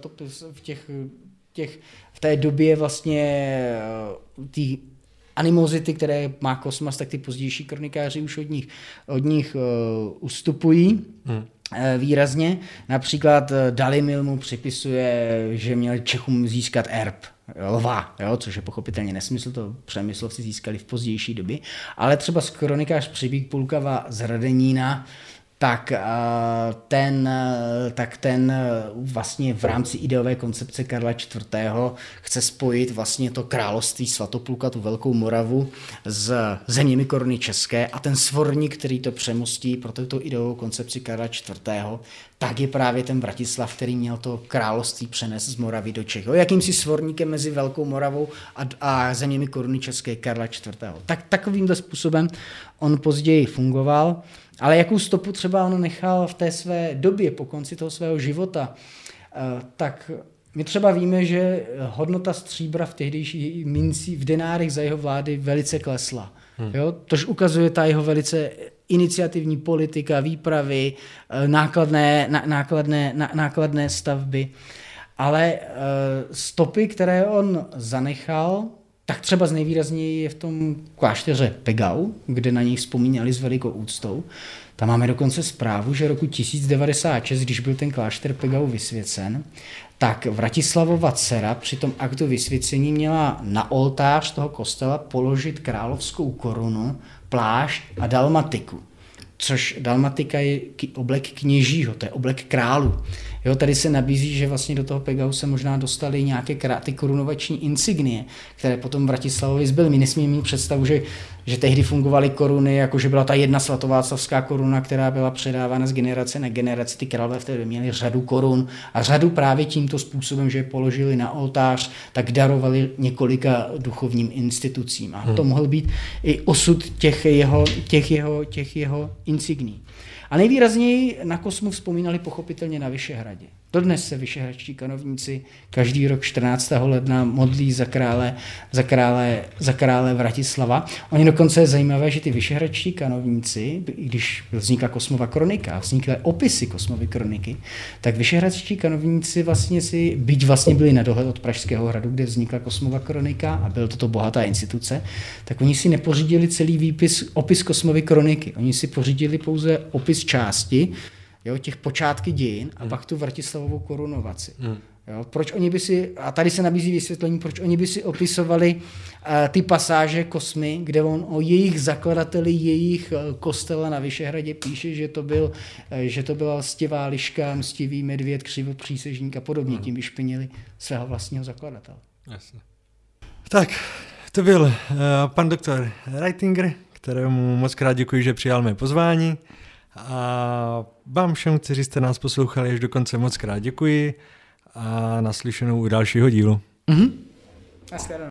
[SPEAKER 2] v té době vlastně ty animozity, které má Kosmas, tak ty pozdější kronikáři už od nich ustupují výrazně. Například Dalimil mu připisuje, že měl Čechům získat erb, lva, jo, což je pochopitelně nesmysl, to Přemyslovci získali v pozdější době, ale třeba kronikář Přibík Pulkava z Radenína, tak ten vlastně v rámci ideové koncepce Karla IV. Chce spojit vlastně to království Svatopluka, tu Velkou Moravu, s zeměmi koruny české a ten svorník, který to přemostí pro tuto ideovou koncepci Karla IV., tak je právě ten Vratislav, který měl to království přenést z Moravy do Čech. Jakýmsi svorníkem mezi Velkou Moravou a zeměmi koruny české Karla IV. Tak takovýmto způsobem on později fungoval. Ale jakou stopu třeba on nechal v té své době, po konci toho svého života, tak my třeba víme, že hodnota stříbra v tehdejší minci v denárech za jeho vlády velice klesla. Jo? Tož ukazuje ta jeho velice iniciativní politika, výpravy, nákladné stavby. Ale stopy, které on zanechal, tak třeba z nejvýrazněji je v tom klášteře Pegau, kde na něj vzpomínali s velikou úctou. Tam máme dokonce zprávu, že roku 1096, když byl ten klášter Pegau vysvěcen, tak Vratislavova dcera při tom aktu vysvěcení měla na oltář toho kostela položit královskou korunu, plášť a dalmatiku. Což dalmatika je oblek kněžího, to je oblek králu. Jo, tady se nabízí, že vlastně do toho Pegau se možná dostaly nějaké ty korunovační insignie, které potom Vratislavovi zbyly. My nesmíme mít představu, že tehdy fungovaly koruny, jakože byla ta jedna svatováclavská koruna, která byla předávána z generace na generaci. Ty králové v té době měli řadu korun a řadu právě tímto způsobem, že je položili na oltář, tak darovali několika duchovním institucím. A to mohl být i osud těch jeho insigní. A nejvýrazněji na Kosmu vzpomínali pochopitelně na Vyšehradě. Vyšehradě. Dodnes se vyšehradští kanovníci každý rok 14. ledna modlí za krále Vratislava. Oni dokonce je zajímavé, že ty vyšehradští kanovníci, když vznikla Kosmova kronika, vznikly opisy Kosmovy kroniky, tak vyšehradští kanovníci byť vlastně byli na dohled od Pražského hradu, kde vznikla Kosmova kronika a byla to bohatá instituce, tak oni si nepořídili celý opis Kosmovy kroniky. Oni si pořídili pouze opis části, těch počátky dějin a pak tu Vratislavovu korunovaci. Jo, proč oni by si, a tady se nabízí vysvětlení, proč oni by si opisovali ty pasáže Kosmy, kde on o jejich zakladateli, jejich kostela na Vyšehradě píše, že to byla lstivá liška, mstivý medvěd, křivopřísežník a podobně. Tím vyšpinili svého vlastního zakladatele.
[SPEAKER 1] Jasně. Tak, to byl pan doktor Reitinger, kterému moc krát děkuji, že přijal mé pozvání. A vám všem, kteří jste nás poslouchali až do konce, moc krát děkuji a naslyšenou u dalšího dílu.
[SPEAKER 2] Naschledanou.